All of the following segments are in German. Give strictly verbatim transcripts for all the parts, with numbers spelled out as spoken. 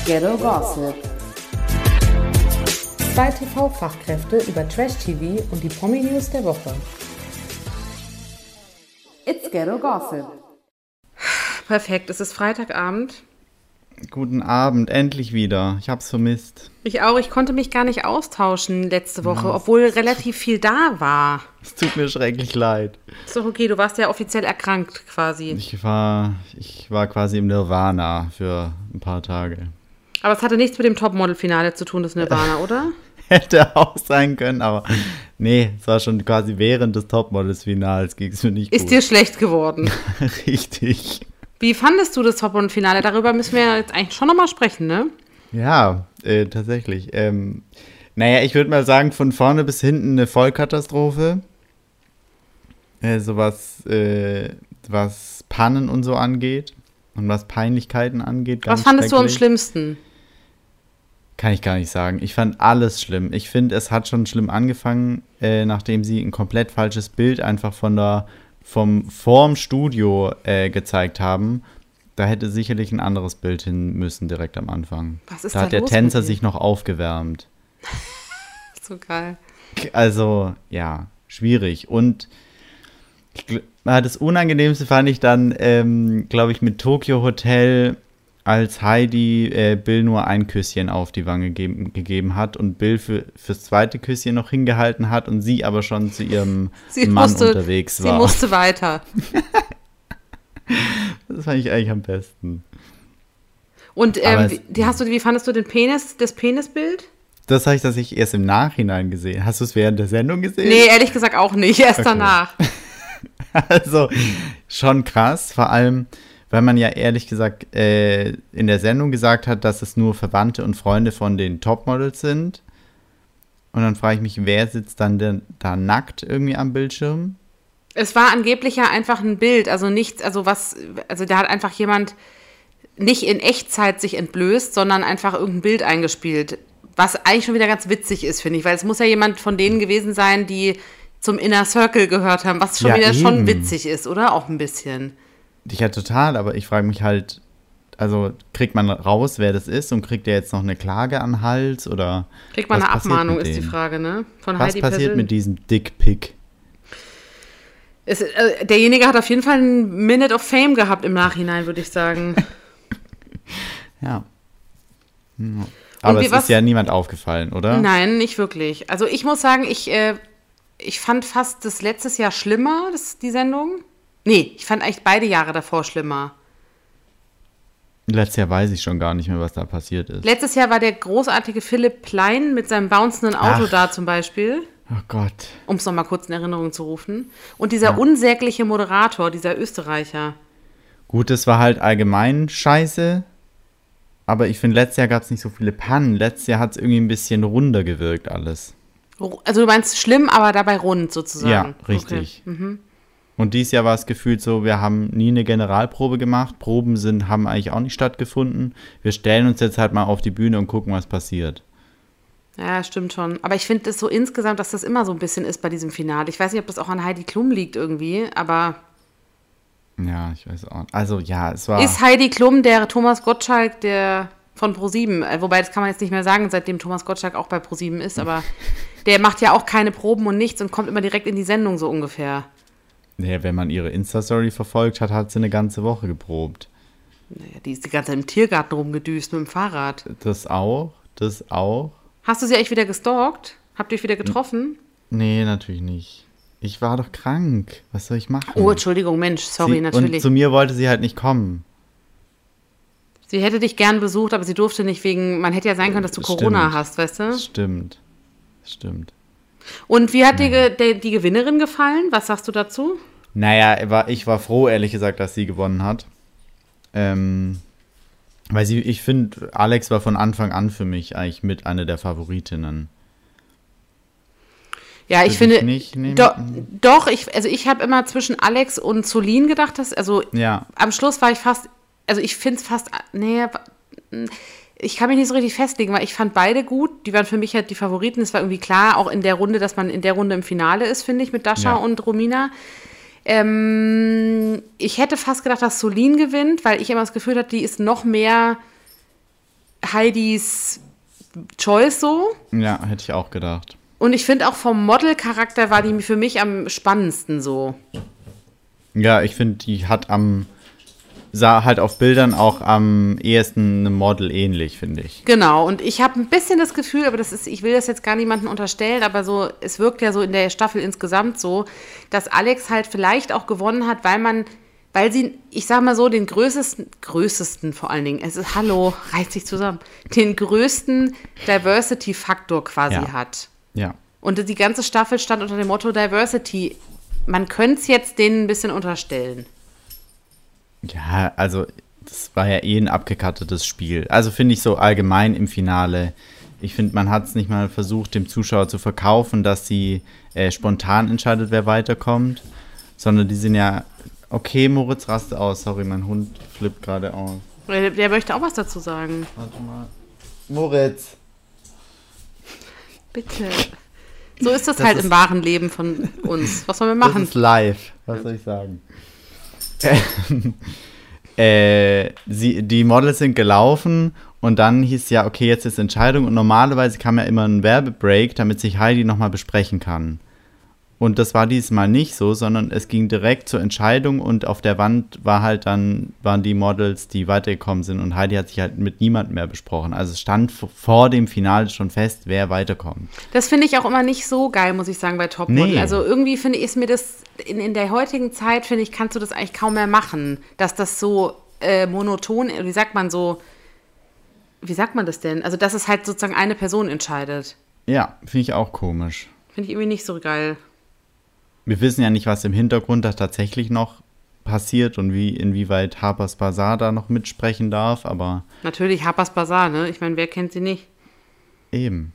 Ghetto Gossip. Zwei T V-Fachkräfte über Trash-T V und die Promi-News der Woche. It's Ghetto Gossip. Perfekt, es ist Freitagabend. Guten Abend, endlich wieder. Ich hab's vermisst. Ich auch, ich konnte mich gar nicht austauschen letzte Woche, ja, obwohl relativ viel da war. Es tut mir schrecklich leid. Ist doch okay, du warst ja offiziell erkrankt quasi. Ich war, ich war quasi im Nirvana für ein paar Tage. Aber es hatte nichts mit dem Topmodel-Finale zu tun, das Nirvana, oder? Hätte auch sein können, aber nee, es war schon quasi während des Topmodels-Finals, ging es mir nicht gut. Ist dir schlecht geworden? Richtig. Wie fandest du das Topmodel-Finale? Darüber müssen wir jetzt eigentlich schon nochmal sprechen, ne? Ja, äh, tatsächlich. Ähm, naja, ich würde mal sagen, von vorne bis hinten eine Vollkatastrophe. Äh, so was, äh, was Pannen und so angeht und was Peinlichkeiten angeht. Ganz was fandest du am schrecklich. schlimmsten? Kann ich gar nicht sagen. Ich fand alles schlimm. Ich finde, es hat schon schlimm angefangen, äh, nachdem sie ein komplett falsches Bild einfach von der vom vorm Studio äh, gezeigt haben. Da hätte sicherlich ein anderes Bild hin müssen direkt am Anfang. Was ist da da hat der los Tänzer mit dir? sich noch aufgewärmt. So geil. Also, ja, schwierig. Und ich, gl- das Unangenehmste fand ich dann, ähm, glaube ich, mit Tokyo Hotel, als Heidi äh, Bill nur ein Küsschen auf die Wange ge- gegeben hat und Bill für, fürs zweite Küsschen noch hingehalten hat und sie aber schon zu ihrem Sie Mann musste, unterwegs war. Sie musste weiter. Das fand ich eigentlich am besten. Und Aber ähm, es- wie, hast du, wie fandest du den Penis, das Penisbild? Das habe ich tatsächlich erst im Nachhinein gesehen. Hast du es während der Sendung gesehen? Nee, ehrlich gesagt auch nicht, erst Okay. danach. Also, schon krass. Vor allem, weil man ja ehrlich gesagt äh, in der Sendung gesagt hat, dass es nur Verwandte und Freunde von den Topmodels sind. Und dann frage ich mich, wer sitzt dann denn da nackt irgendwie am Bildschirm? Es war angeblich ja einfach ein Bild, also nichts, also was, also da hat einfach jemand nicht in Echtzeit sich entblößt, sondern einfach irgendein Bild eingespielt. Was eigentlich schon wieder ganz witzig ist, finde ich, weil es muss ja jemand von denen gewesen sein, die zum Inner Circle gehört haben, was schon Ja, wieder schon eben. witzig ist, oder? Auch ein bisschen. Ja, total, aber ich frage mich halt, also kriegt man raus, wer das ist und kriegt er jetzt noch eine Klage an den Hals oder Kriegt man was eine passiert Abmahnung, mit ist die denen? Frage, ne? Von Was Heidi passiert persönlich. mit diesem Dickpick? Es, äh, derjenige hat auf jeden Fall ein Minute of Fame gehabt im Nachhinein, würde ich sagen. Ja. Ja. Aber wie- es was- ist ja niemand aufgefallen, oder? Nein, nicht wirklich. Also ich muss sagen, ich, äh, ich fand fast das letztes Jahr schlimmer, das, die Sendung. Nee, ich fand eigentlich beide Jahre davor schlimmer. Letztes Jahr weiß ich schon gar nicht mehr, was da passiert ist. Letztes Jahr war der großartige Philipp Plein mit seinem bouncenden Auto Ach. da zum Beispiel, Oh Gott. um es nochmal kurz in Erinnerung zu rufen. Und dieser Ja. unsägliche Moderator, dieser Österreicher. Gut, das war halt allgemein scheiße. Aber ich finde, letztes Jahr gab es nicht so viele Pannen. Letztes Jahr hat es irgendwie ein bisschen runder gewirkt alles. Also du meinst schlimm, aber dabei rund sozusagen. Ja, richtig. Okay. Mhm. Und dieses Jahr war es gefühlt so, wir haben nie eine Generalprobe gemacht. Proben sind, haben eigentlich auch nicht stattgefunden. Wir stellen uns jetzt halt mal auf die Bühne und gucken, was passiert. Ja, stimmt schon. Aber ich finde das so insgesamt, dass das immer so ein bisschen ist bei diesem Finale. Ich weiß nicht, ob das auch an Heidi Klum liegt irgendwie, aber Ja, ich weiß auch nicht. Also ja, es war... ist Heidi Klum der Thomas Gottschalk der von ProSieben? Äh, Wobei, das kann man jetzt nicht mehr sagen, seitdem Thomas Gottschalk auch bei ProSieben ist, aber der macht ja auch keine Proben und nichts und kommt immer direkt in die Sendung so ungefähr. Ja, wenn man ihre Insta-Story verfolgt hat, hat sie eine ganze Woche geprobt. Naja, die ist die ganze Zeit im Tiergarten rumgedüst mit dem Fahrrad. Das auch, das auch. Hast du sie eigentlich wieder gestalkt? Habt ihr euch wieder getroffen? Nee, natürlich nicht. Ich war doch krank. Was soll ich machen? Oh, Entschuldigung, Mensch, sorry, sie, natürlich. Und zu mir wollte sie halt nicht kommen. Sie hätte dich gern besucht, aber sie durfte nicht wegen, man hätte ja sein können, dass du Stimmt. Corona hast, weißt du? Stimmt. Stimmt. Und wie hat dir ge- der, die Gewinnerin gefallen? Was sagst du dazu? Naja, war, ich war froh, ehrlich gesagt, dass sie gewonnen hat. Ähm, weil sie, ich finde, Alex war von Anfang an für mich eigentlich mit einer der Favoritinnen. Ja, ich Würde finde, ich nicht nehmen. do, doch, ich, also ich habe immer zwischen Alex und Solin gedacht, dass, also Ja. am Schluss war ich fast, also ich finde es fast, nee, ich kann mich nicht so richtig festlegen, weil ich fand beide gut. Die waren für mich halt die Favoriten. Es war irgendwie klar, auch in der Runde, dass man in der Runde im Finale ist, finde ich, mit Dasha Ja. und Romina. Ähm, ich hätte fast gedacht, dass Solin gewinnt, weil ich immer das Gefühl hatte, die ist noch mehr Heidis Choice so. Ja, hätte ich auch gedacht. Und ich finde auch vom Model-Charakter war die für mich am spannendsten so. Ja, ich finde, die hat am, sah halt auf Bildern auch am ehesten einem Model ähnlich, finde ich. Genau, und ich habe ein bisschen das Gefühl, aber das ist, ich will das jetzt gar niemandem unterstellen, aber so, es wirkt ja so in der Staffel insgesamt so, dass Alex halt vielleicht auch gewonnen hat, weil man, weil sie, ich sag mal so, den größten, größtesten vor allen Dingen, es ist, hallo, reißt sich zusammen, den größten Diversity-Faktor quasi Ja. hat. Ja. Und die ganze Staffel stand unter dem Motto Diversity. Man könnte es jetzt denen ein bisschen unterstellen. Ja, also das war ja eh ein abgekartetes Spiel. Also finde ich so allgemein im Finale. Ich finde, man hat es nicht mal versucht, dem Zuschauer zu verkaufen, dass sie äh, spontan entscheidet, wer weiterkommt. Sondern die sind ja, okay, Moritz, raste aus. Sorry, mein Hund flippt gerade aus. Der, der möchte auch was dazu sagen. Warte mal. Moritz. Bitte. So ist das, Das halt ist- im wahren Leben von uns. Was sollen wir Das machen? ist live. Was soll ich sagen? äh, sie, die Models sind gelaufen und dann hieß ja, okay, jetzt ist Entscheidung und normalerweise kam ja immer ein Werbebreak, damit sich Heidi nochmal besprechen kann. Und das war diesmal nicht so, sondern es ging direkt zur Entscheidung und auf der Wand war halt dann, waren die Models, die weitergekommen sind und Heidi hat sich halt mit niemandem mehr besprochen. Also es stand v- vor dem Finale schon fest, wer weiterkommt. Das finde ich auch immer nicht so geil, muss ich sagen, bei Topmodel. Nee. Also irgendwie finde ich, ist mir das, in, in der heutigen Zeit, finde ich, kannst du das eigentlich kaum mehr machen. Dass das so äh, monoton, wie sagt man so, wie sagt man das denn? Also dass es halt sozusagen eine Person entscheidet. Ja, finde ich auch komisch. Finde ich irgendwie nicht so geil. Wir wissen ja nicht, was im Hintergrund da tatsächlich noch passiert und wie inwieweit Harper's Bazaar da noch mitsprechen darf, aber Natürlich Harper's Bazaar, ne? Ich meine, wer kennt sie nicht? eben.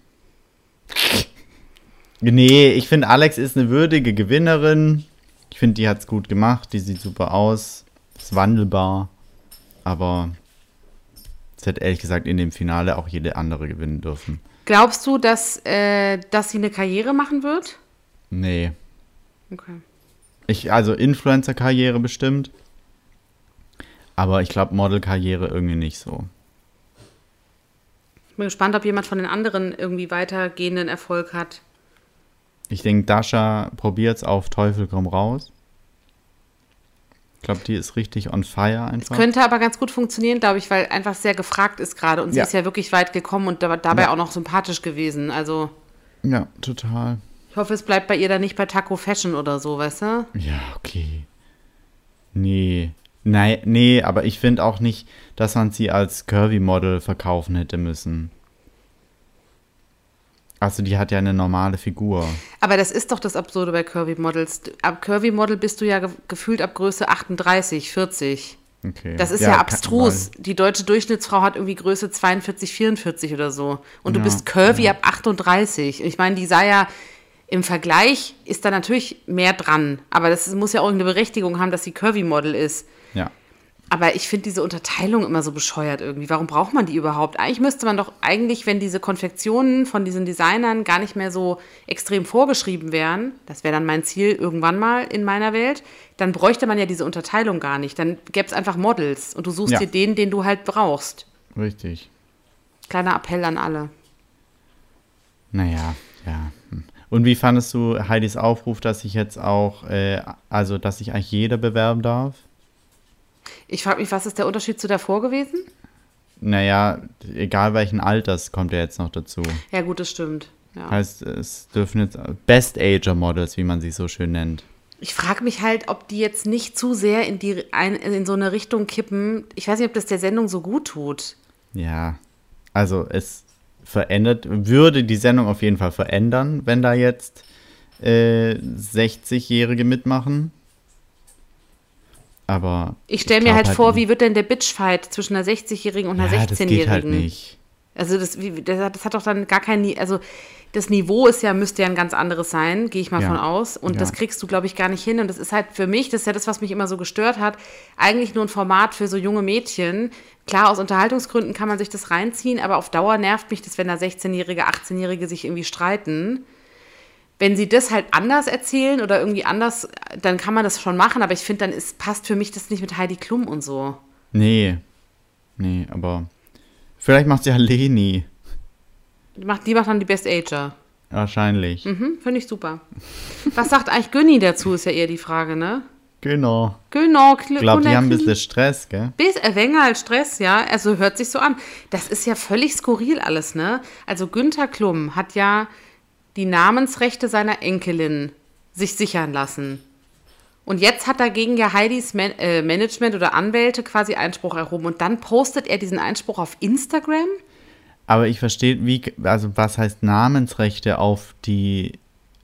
Nee, ich finde, Alex ist eine würdige Gewinnerin. Ich finde, die hat's gut gemacht, die sieht super aus, ist wandelbar, aber es hätte ehrlich gesagt in dem Finale auch jede andere gewinnen dürfen. Glaubst du, dass, äh, dass sie eine Karriere machen wird? Nee. Okay. Ich, also Influencer-Karriere bestimmt, aber ich glaube Model-Karriere irgendwie nicht so. Ich bin gespannt, ob jemand von den anderen irgendwie weitergehenden Erfolg hat. Ich denke, Dasha probiert es auf Teufel komm raus. Ich glaube, die ist richtig on fire einfach. Könnte aber ganz gut funktionieren, glaube ich, weil einfach sehr gefragt ist gerade. Und sie Ja. ist ja wirklich weit gekommen und da- dabei Ja. auch noch sympathisch gewesen. Also Ja, total. ich hoffe, es bleibt bei ihr dann nicht bei Taco Fashion oder so, weißt du? Ja, okay. Nee. Nein, nee, aber ich finde auch nicht, dass man sie als Curvy-Model verkaufen hätte müssen. Also die hat ja eine normale Figur. Aber das ist doch das Absurde bei Curvy-Models. Ab Curvy-Model bist du ja ge gefühlt ab Größe achtunddreißig, vierzig. Okay. Das ist ja, kann- abstrus. Die deutsche Durchschnittsfrau hat irgendwie Größe zweiundvierzig, vierundvierzig oder so. Und du Ja, bist curvy ab achtunddreißig. Ich meine, die sah ja, im Vergleich ist da natürlich mehr dran. Aber das ist, muss ja auch irgendeine Berechtigung haben, dass sie Curvy-Model ist. Ja. Aber ich finde diese Unterteilung immer so bescheuert irgendwie. Warum braucht man die überhaupt? Eigentlich müsste man doch eigentlich, wenn diese Konfektionen von diesen Designern gar nicht mehr so extrem vorgeschrieben wären, das wäre dann mein Ziel irgendwann mal in meiner Welt, dann bräuchte man ja diese Unterteilung gar nicht. Dann gäbe es einfach Models und du suchst Ja. dir den, den du halt brauchst. Richtig. Kleiner Appell an alle. Naja, ja. Hm. Und wie fandest du Heidis Aufruf, dass sich jetzt auch, äh, also dass sich eigentlich jeder bewerben darf? Ich frage mich, was ist der Unterschied zu davor gewesen? Naja, egal welchen Alters kommt er jetzt noch dazu. Ja gut, das stimmt. Ja. Heißt, es dürfen jetzt Best-Ager-Models, wie man sie so schön nennt. Ich frage mich halt, ob die jetzt nicht zu sehr in, die, ein, in so eine Richtung kippen. Ich weiß nicht, ob das der Sendung so gut tut. Ja, also es verändert, würde die Sendung auf jeden Fall verändern, wenn da jetzt äh, sechzigjährige mitmachen. Aber Ich stelle mir glaub halt vor, nicht. wie wird denn der Bitchfight zwischen einer sechzigjährigen und einer Ja, das sechzehnjährigen? geht halt nicht. Also das, wie, das, hat- das hat doch dann gar kein, Ni- also das Niveau ist ja, müsste ja ein ganz anderes sein, gehe ich mal Ja. von aus. Und Ja. das kriegst du, glaube ich, gar nicht hin. Und das ist halt für mich, das ist ja das, was mich immer so gestört hat, eigentlich nur ein Format für so junge Mädchen. Klar, aus Unterhaltungsgründen kann man sich das reinziehen, aber auf Dauer nervt mich das, wenn da sechzehnjährige, achtzehnjährige sich irgendwie streiten. Wenn sie das halt anders erzählen oder irgendwie anders, dann kann man das schon machen, aber ich finde, dann ist, passt für mich das nicht mit Heidi Klum und so. Nee, nee, aber Vielleicht macht sie ja Leni. Die macht, die macht dann die Best Ager. Wahrscheinlich. Mhm, finde ich super. Was sagt eigentlich Günni dazu, ist ja eher die Frage, ne? Genau. Genau. Ich glaube, die haben ein bisschen Stress, gell? Bis Erwänger als Stress, ja. Also hört sich so an. Das ist ja völlig skurril alles, ne? Also Günther Klum hat ja die Namensrechte seiner Enkelin sich sichern lassen. Und jetzt hat dagegen ja Heidis Man- äh, Management oder Anwälte quasi Einspruch erhoben. Und dann postet er diesen Einspruch auf Instagram. Aber ich verstehe, wie, also was heißt Namensrechte auf die,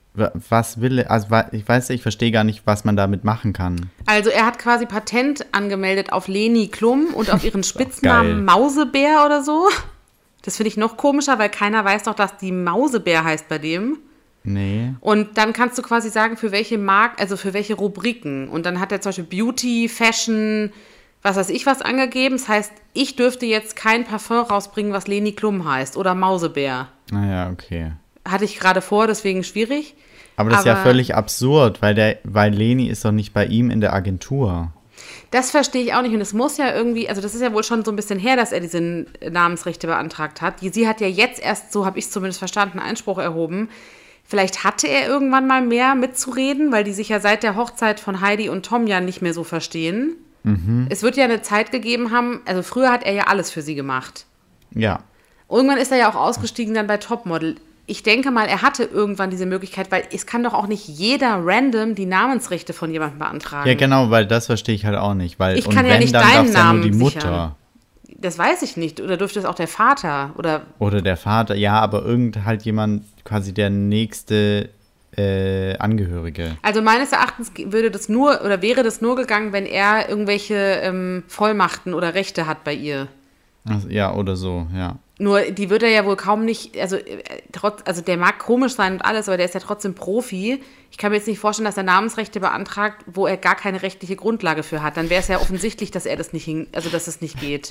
was will, also ich weiß, ich verstehe gar nicht, was man damit machen kann. Also er hat quasi Patent angemeldet auf Leni Klum und auf ihren Spitznamen Mausebär oder so. Das finde ich noch komischer, weil keiner weiß doch, dass die Mausebär heißt bei dem. Nee. Und dann kannst du quasi sagen, für welche Mark, also für welche Rubriken. Und dann hat er zum Beispiel Beauty, Fashion, was weiß ich was angegeben. Das heißt, ich dürfte jetzt kein Parfum rausbringen, was Leni Klum heißt oder Mausebär. Naja, okay. Hatte ich gerade vor, deswegen schwierig. Aber das Aber ist ja völlig absurd, weil, der, weil Leni ist doch nicht bei ihm in der Agentur. Das verstehe ich auch nicht. Und es muss ja irgendwie, also das ist ja wohl schon so ein bisschen her, dass er diese Namensrechte beantragt hat. Die, sie hat ja jetzt erst, so habe ich es zumindest verstanden, Einspruch erhoben. Vielleicht hatte er irgendwann mal mehr mitzureden, weil die sich ja seit der Hochzeit von Heidi und Tom ja nicht mehr so verstehen. Mhm. Es wird ja eine Zeit gegeben haben, also früher hat er ja alles für sie gemacht. Ja. Irgendwann ist er ja auch ausgestiegen dann bei Topmodel. Ich denke mal, er hatte irgendwann diese Möglichkeit, weil es kann doch auch nicht jeder random die Namensrechte von jemandem beantragen. Ja, genau, weil das verstehe ich halt auch nicht. Weil, ich kann und ja wenn, nicht dann deinen darf Namen ja nur die Mutter. sichern. Das weiß ich nicht. Oder dürfte es auch der Vater? Oder, oder der Vater, ja, aber irgend halt jemand, quasi der nächste äh, Angehörige. Also meines Erachtens würde das nur, oder wäre das nur gegangen, wenn er irgendwelche ähm, Vollmachten oder Rechte hat bei ihr. Also, ja, oder so, ja. Nur, die wird er ja wohl kaum nicht, also, äh, trotz, also der mag komisch sein und alles, aber der ist ja trotzdem Profi. Ich kann mir jetzt nicht vorstellen, dass er Namensrechte beantragt, wo er gar keine rechtliche Grundlage für hat. Dann wäre es ja offensichtlich, dass er das nicht hin, also dass es nicht geht.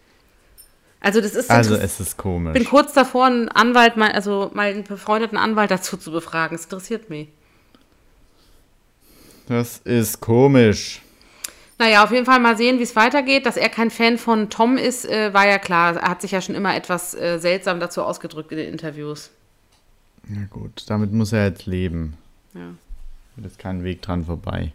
Also das ist Also es ist komisch. Ich bin kurz davor, einen Anwalt, mal, also mal einen befreundeten Anwalt dazu zu befragen. Das interessiert mich. Das ist komisch. Naja, auf jeden Fall mal sehen, wie es weitergeht. Dass er kein Fan von Tom ist, äh, war ja klar. Er hat sich ja schon immer etwas äh, seltsam dazu ausgedrückt in den Interviews. Na gut, damit muss er jetzt leben. Ja. Da ist kein Weg dran vorbei.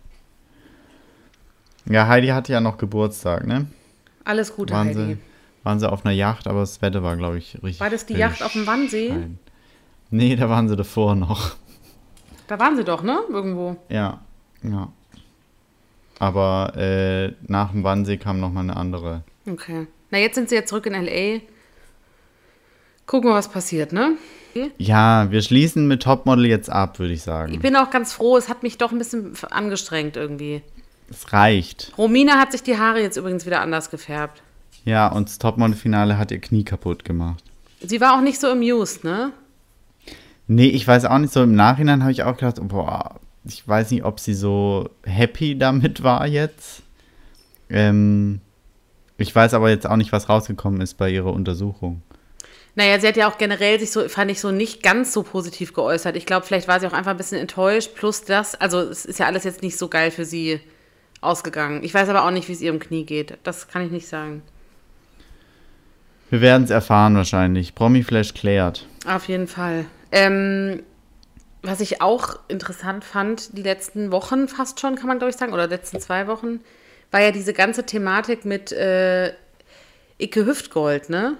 Ja, Heidi hatte ja noch Geburtstag, ne? Alles Gute, waren Heidi. Sie, waren sie auf einer Yacht, aber das Wetter war, glaube ich, richtig. War das die Yacht auf dem Wannsee? Nein. Nee, da waren sie davor noch. Da waren sie doch, ne? Irgendwo. Ja, ja. Aber äh, nach dem Wannsee kam noch mal eine andere. Okay. Na, jetzt sind sie ja zurück in L A. Gucken wir, was passiert, ne? Okay. Ja, wir schließen mit Topmodel jetzt ab, würde ich sagen. Ich bin auch ganz froh, es hat mich doch ein bisschen angestrengt irgendwie. Es reicht. Romina hat sich die Haare jetzt übrigens wieder anders gefärbt. Ja, und das Topmodel-Finale hat ihr Knie kaputt gemacht. Sie war auch nicht so amused, ne? Nee, ich weiß auch nicht, so im Nachhinein habe ich auch gedacht, boah, ich weiß nicht, ob sie so happy damit war jetzt. Ähm, ich weiß aber jetzt auch nicht, was rausgekommen ist bei ihrer Untersuchung. Naja, sie hat ja auch generell sich so, fand ich, so nicht ganz so positiv geäußert. Ich glaube, vielleicht war sie auch einfach ein bisschen enttäuscht. Plus das, also es ist ja alles jetzt nicht so geil für sie ausgegangen. Ich weiß aber auch nicht, wie es ihrem Knie geht. Das kann ich nicht sagen. Wir werden es erfahren wahrscheinlich. Promi-Flash klärt. Auf jeden Fall. Ähm, was ich auch interessant fand, die letzten Wochen fast schon, kann man glaube ich sagen, oder letzten zwei Wochen, war ja diese ganze Thematik mit äh, Icke Hüftgold, ne?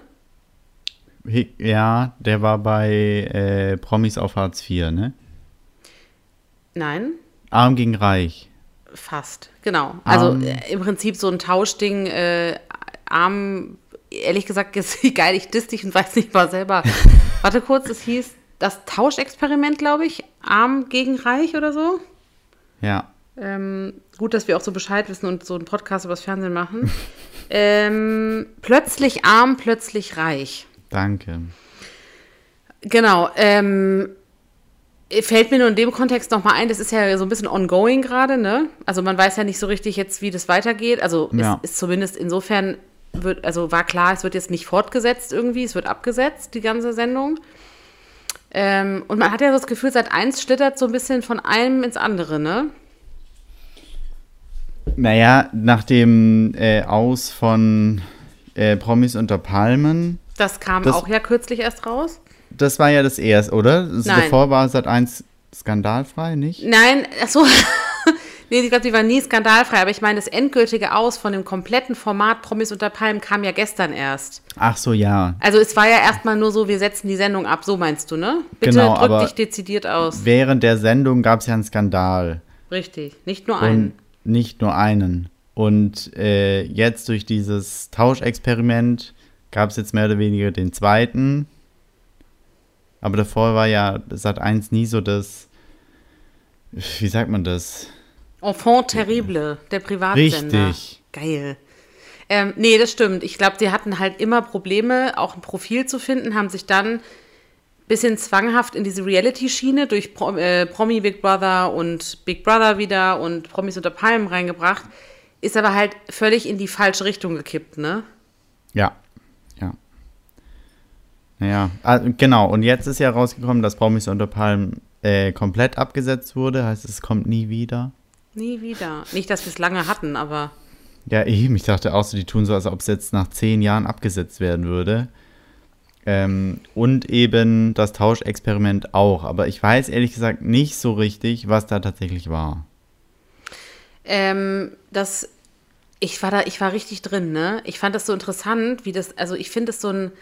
Ja, der war bei äh, Promis auf Hartz vier, ne? Nein. Arm gegen Reich. Fast, genau. Also Arm. äh, im Prinzip so ein Tauschding, äh, Arm, ehrlich gesagt, ist geil, ich diss dich und weiß nicht mal selber. Warte kurz, es hieß das Tauschexperiment, glaube ich, Arm gegen Reich oder so. Ja. Ähm, gut, dass wir auch so Bescheid wissen und so einen Podcast über das Fernsehen machen. ähm, plötzlich arm, plötzlich reich. Danke. Genau. Ähm, fällt mir nur in dem Kontext nochmal ein, das ist ja so ein bisschen ongoing gerade, ne? Also man weiß ja nicht so richtig jetzt, wie das weitergeht. Also ja. es ist zumindest insofern, wird, also war klar, es wird jetzt nicht fortgesetzt irgendwie, es wird abgesetzt, die ganze Sendung. Ähm, und man hat ja so das Gefühl, seit eins schlittert so ein bisschen von einem ins andere, ne? Naja, nach dem äh, Aus von äh, Promis unter Palmen. Das kam das, auch ja kürzlich erst raus. Das war ja das erste, oder? Das Nein. Davor war Sat eins skandalfrei, nicht? Nein, achso. Nee, ich glaube, die war nie skandalfrei, aber ich meine, das endgültige Aus von dem kompletten Format Promis unter Palmen kam ja gestern erst. Ach so, ja. Also es war ja erstmal nur so, wir setzen die Sendung ab, so meinst du, ne? Bitte genau, drück aber dich dezidiert aus. Während der Sendung gab es ja einen Skandal. Richtig, nicht nur einen. Und nicht nur einen. Und äh, jetzt durch dieses Tauschexperiment gab es jetzt mehr oder weniger den zweiten. Aber davor war ja Sat eins nie so das, wie sagt man das? Enfant terrible, der Privatsender. Richtig. Geil. Ähm, nee, das stimmt. Ich glaube, sie hatten halt immer Probleme, auch ein Profil zu finden, haben sich dann ein bisschen zwanghaft in diese Reality-Schiene durch Pro, äh, Promi Big Brother und Big Brother wieder und Promis unter Palmen reingebracht, ist aber halt völlig in die falsche Richtung gekippt, ne? Ja, ja. Naja, also genau. Und jetzt ist ja rausgekommen, dass Promis unter Palmen äh, komplett abgesetzt wurde. Heißt, es kommt nie wieder. Nie wieder. Nicht, dass wir es lange hatten, aber... Ja, eben. Ich dachte auch so, die tun so, als ob es jetzt nach zehn Jahren abgesetzt werden würde. Ähm, und eben das Tauschexperiment auch. Aber ich weiß ehrlich gesagt nicht so richtig, was da tatsächlich war. Ähm, das... Ich war da, ich war richtig drin, ne? Ich fand das so interessant, wie das... Also ich finde es so ein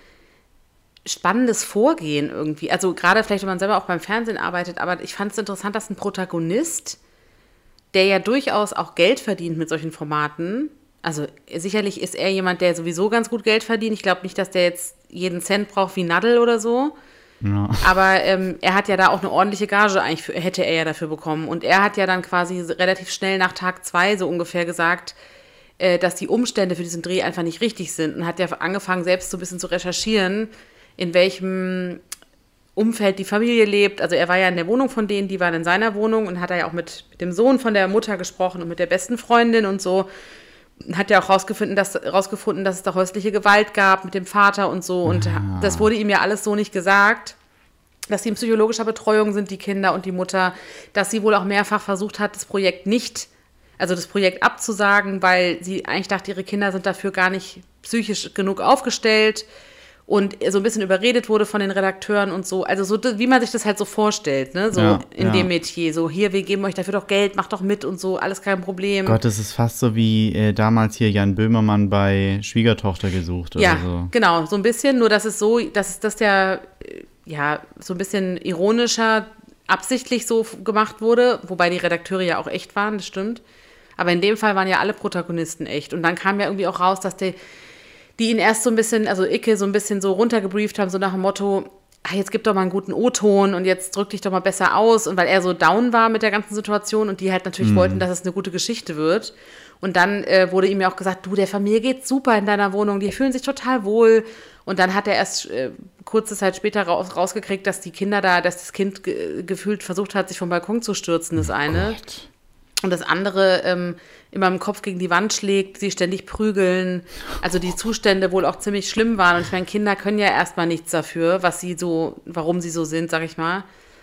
spannendes Vorgehen irgendwie. Also gerade vielleicht, wenn man selber auch beim Fernsehen arbeitet, aber ich fand es interessant, dass ein Protagonist, der ja durchaus auch Geld verdient mit solchen Formaten, also sicherlich ist er jemand, der sowieso ganz gut Geld verdient. Ich glaube nicht, dass der jetzt jeden Cent braucht wie Nadel oder so. Ja. Aber ähm, er hat ja da auch eine ordentliche Gage eigentlich, für, hätte er ja dafür bekommen. Und er hat ja dann quasi relativ schnell nach Tag zwei so ungefähr gesagt, äh, dass die Umstände für diesen Dreh einfach nicht richtig sind. Und hat ja angefangen, selbst so ein bisschen zu recherchieren, in welchem Umfeld die Familie lebt. Also er war ja in der Wohnung von denen, die waren in seiner Wohnung und hat er ja auch mit, mit dem Sohn von der Mutter gesprochen und mit der besten Freundin und so. Hat ja auch rausgefunden, dass, rausgefunden, dass es da häusliche Gewalt gab mit dem Vater und so. Und ah. das wurde ihm ja alles so nicht gesagt, dass sie in psychologischer Betreuung sind, die Kinder und die Mutter, dass sie wohl auch mehrfach versucht hat, das Projekt nicht, also das Projekt abzusagen, weil sie eigentlich dachte, ihre Kinder sind dafür gar nicht psychisch genug aufgestellt. Und so ein bisschen überredet wurde von den Redakteuren und so. Also so, wie man sich das halt so vorstellt, ne? So ja, in ja. dem Metier. So, hier, wir geben euch dafür doch Geld, macht doch mit und so, alles kein Problem. Gott, das ist fast so wie äh, damals hier Jan Böhmermann bei Schwiegertochter gesucht oder ja, so. Genau, so ein bisschen. Nur, dass es so, dass das ja, ja, so ein bisschen ironischer, absichtlich so gemacht wurde. Wobei die Redakteure ja auch echt waren, das stimmt. Aber in dem Fall waren ja alle Protagonisten echt. Und dann kam ja irgendwie auch raus, dass der die ihn erst so ein bisschen, also Icke so ein bisschen so runtergebrieft haben, so nach dem Motto, ach, jetzt gib doch mal einen guten O-Ton und jetzt drück dich doch mal besser aus. Und weil er so down war mit der ganzen Situation und die halt natürlich mhm. wollten, dass es eine gute Geschichte wird. Und dann äh, wurde ihm ja auch gesagt, du, der Familie geht's super in deiner Wohnung, die fühlen sich total wohl. Und dann hat er erst äh, kurze Zeit später raus, rausgekriegt, dass die Kinder da, dass das Kind ge- gefühlt versucht hat, sich vom Balkon zu stürzen, das eine. Gott. Und das andere ähm, immer im Kopf gegen die Wand schlägt, sie ständig prügeln. Also die Zustände wohl auch ziemlich schlimm waren. Und ich meine, Kinder können ja erstmal nichts dafür, was sie so, warum sie so sind, sag ich mal.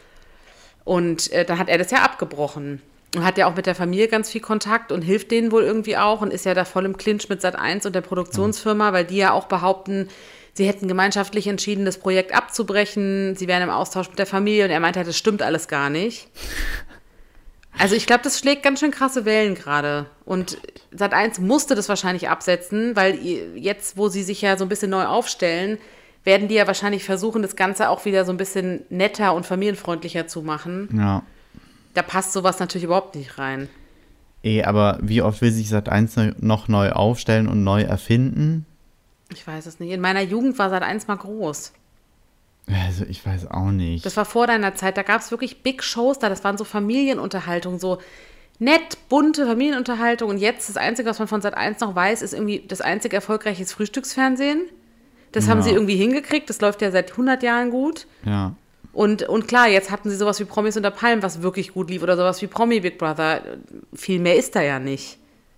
Und äh, dann hat er das ja abgebrochen. Und hat ja auch mit der Familie ganz viel Kontakt und hilft denen wohl irgendwie auch und ist ja da voll im Clinch mit Sat eins und der Produktionsfirma, weil die ja auch behaupten, sie hätten gemeinschaftlich entschieden, das Projekt abzubrechen. Sie wären im Austausch mit der Familie und er meinte, das stimmt alles gar nicht. Also ich glaube, das schlägt ganz schön krasse Wellen gerade. Und Sat eins musste das wahrscheinlich absetzen, weil jetzt, wo sie sich ja so ein bisschen neu aufstellen, werden die ja wahrscheinlich versuchen, das Ganze auch wieder so ein bisschen netter und familienfreundlicher zu machen. Ja. Da passt sowas natürlich überhaupt nicht rein. Eh, aber wie oft will sich Sat eins noch neu aufstellen und neu erfinden? Ich weiß es nicht. In meiner Jugend war Sat eins mal groß. Also ich weiß auch nicht. Das war vor deiner Zeit, da gab es wirklich Big Shows da, das waren so Familienunterhaltungen, so nett, bunte Familienunterhaltung und jetzt das Einzige, was man von Sat eins noch weiß, ist irgendwie das einzige erfolgreiche Frühstücksfernsehen. Das ja. haben sie irgendwie hingekriegt, das läuft ja seit hundert Jahren gut. Ja. Und, und klar, jetzt hatten sie sowas wie Promis unter Palmen, was wirklich gut lief oder sowas wie Promi Big Brother. Viel mehr ist da ja nicht.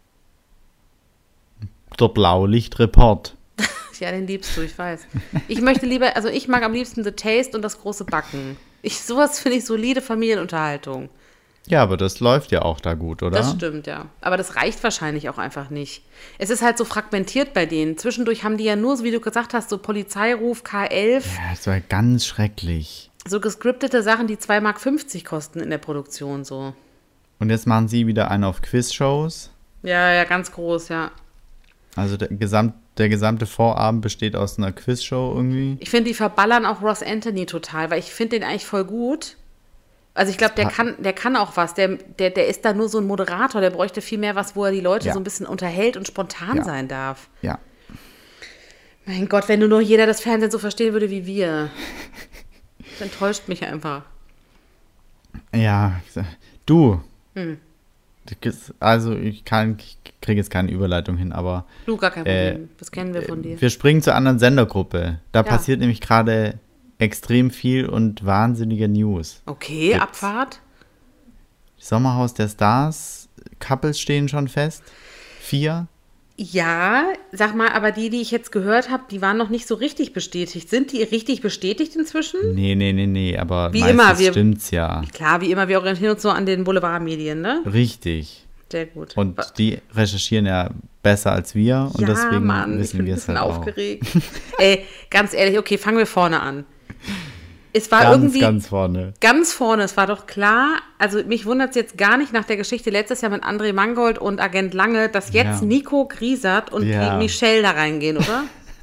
Der Blaulichtreport. Ja, den liebst du, ich weiß. Ich möchte lieber, also ich mag am liebsten The Taste und das große Backen. Ich, sowas finde ich solide Familienunterhaltung. Ja, aber das läuft ja auch da gut, oder? Das stimmt, ja. Aber das reicht wahrscheinlich auch einfach nicht. Es ist halt so fragmentiert bei denen. Zwischendurch haben die ja nur, so wie du gesagt hast, so Polizeiruf, K elf. Ja, das war ganz schrecklich. So gescriptete Sachen, die zwei Mark fünfzig kosten in der Produktion, so. Und jetzt machen sie wieder einen auf Quizshows. Ja, ja, ganz groß, ja. Also der, Gesamt, der gesamte Vorabend besteht aus einer Quizshow irgendwie. Ich finde, die verballern auch Ross Anthony total, weil ich finde den eigentlich voll gut. Also ich glaube, der kann, der kann auch was. Der, der, der ist da nur so ein Moderator. Der bräuchte viel mehr was, wo er die Leute Ja. so ein bisschen unterhält und spontan Ja. sein darf. Ja. Mein Gott, wenn nur noch jeder das Fernsehen so verstehen würde wie wir. Das enttäuscht mich einfach. Ja, du. Hm. Also ich kann, ich kriege jetzt keine Überleitung hin, aber Du, gar kein Äh, Problem. Das kennen wir von dir. wir springen zur anderen Sendergruppe. Da Ja. passiert nämlich gerade extrem viel und wahnsinnige News. Okay, Gibt's. Abfahrt. Sommerhaus der Stars, Couples stehen schon fest. Vier. Ja, sag mal, aber die, die ich jetzt gehört habe, die waren noch nicht so richtig bestätigt. Sind die richtig bestätigt inzwischen? Nee, nee, nee, nee, aber Wie meistens immer, wir- stimmt's ja. Klar, wie immer, wir orientieren uns so an den Boulevardmedien, ne? Richtig. Sehr gut. Und die recherchieren ja besser als wir und ja, deswegen Mann, ich wissen bin wir ein es bisschen halt auch. aufgeregt. Ey, ganz ehrlich, okay, fangen wir vorne an. Es war Ganz, irgendwie ganz vorne. ganz vorne, es war doch klar, also mich wundert es jetzt gar nicht nach der Geschichte letztes Jahr mit André Mangold und Agent Lange, dass jetzt Ja. Nico Griesert und Ja. die Michelle da reingehen, oder?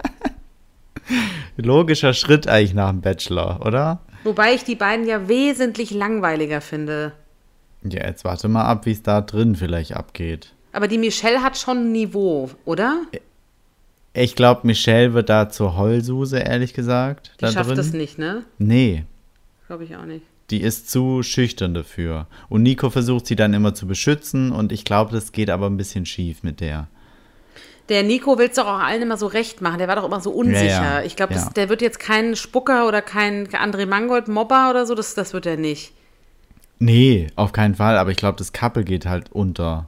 Logischer Schritt eigentlich nach dem Bachelor, oder? Wobei ich die beiden ja wesentlich langweiliger finde. Ja, jetzt warte mal ab, wie es da drin vielleicht abgeht. Aber die Michelle hat schon ein Niveau, oder? Ich glaube, Michelle wird da zur Heulsuse, ehrlich gesagt. Die da schafft drin. es nicht, ne? Nee, Glaube ich auch nicht. die ist zu schüchtern dafür. Und Nico versucht sie dann immer zu beschützen und ich glaube, das geht aber ein bisschen schief mit der. Der Nico will es doch auch allen immer so recht machen. Der war doch immer so unsicher. Ja, ja. Ich glaube, Ja. der wird jetzt kein Spucker oder kein André Mangold-Mobber oder so. Das, das wird er nicht. Nee, auf keinen Fall, aber ich glaube, das Couple geht halt unter.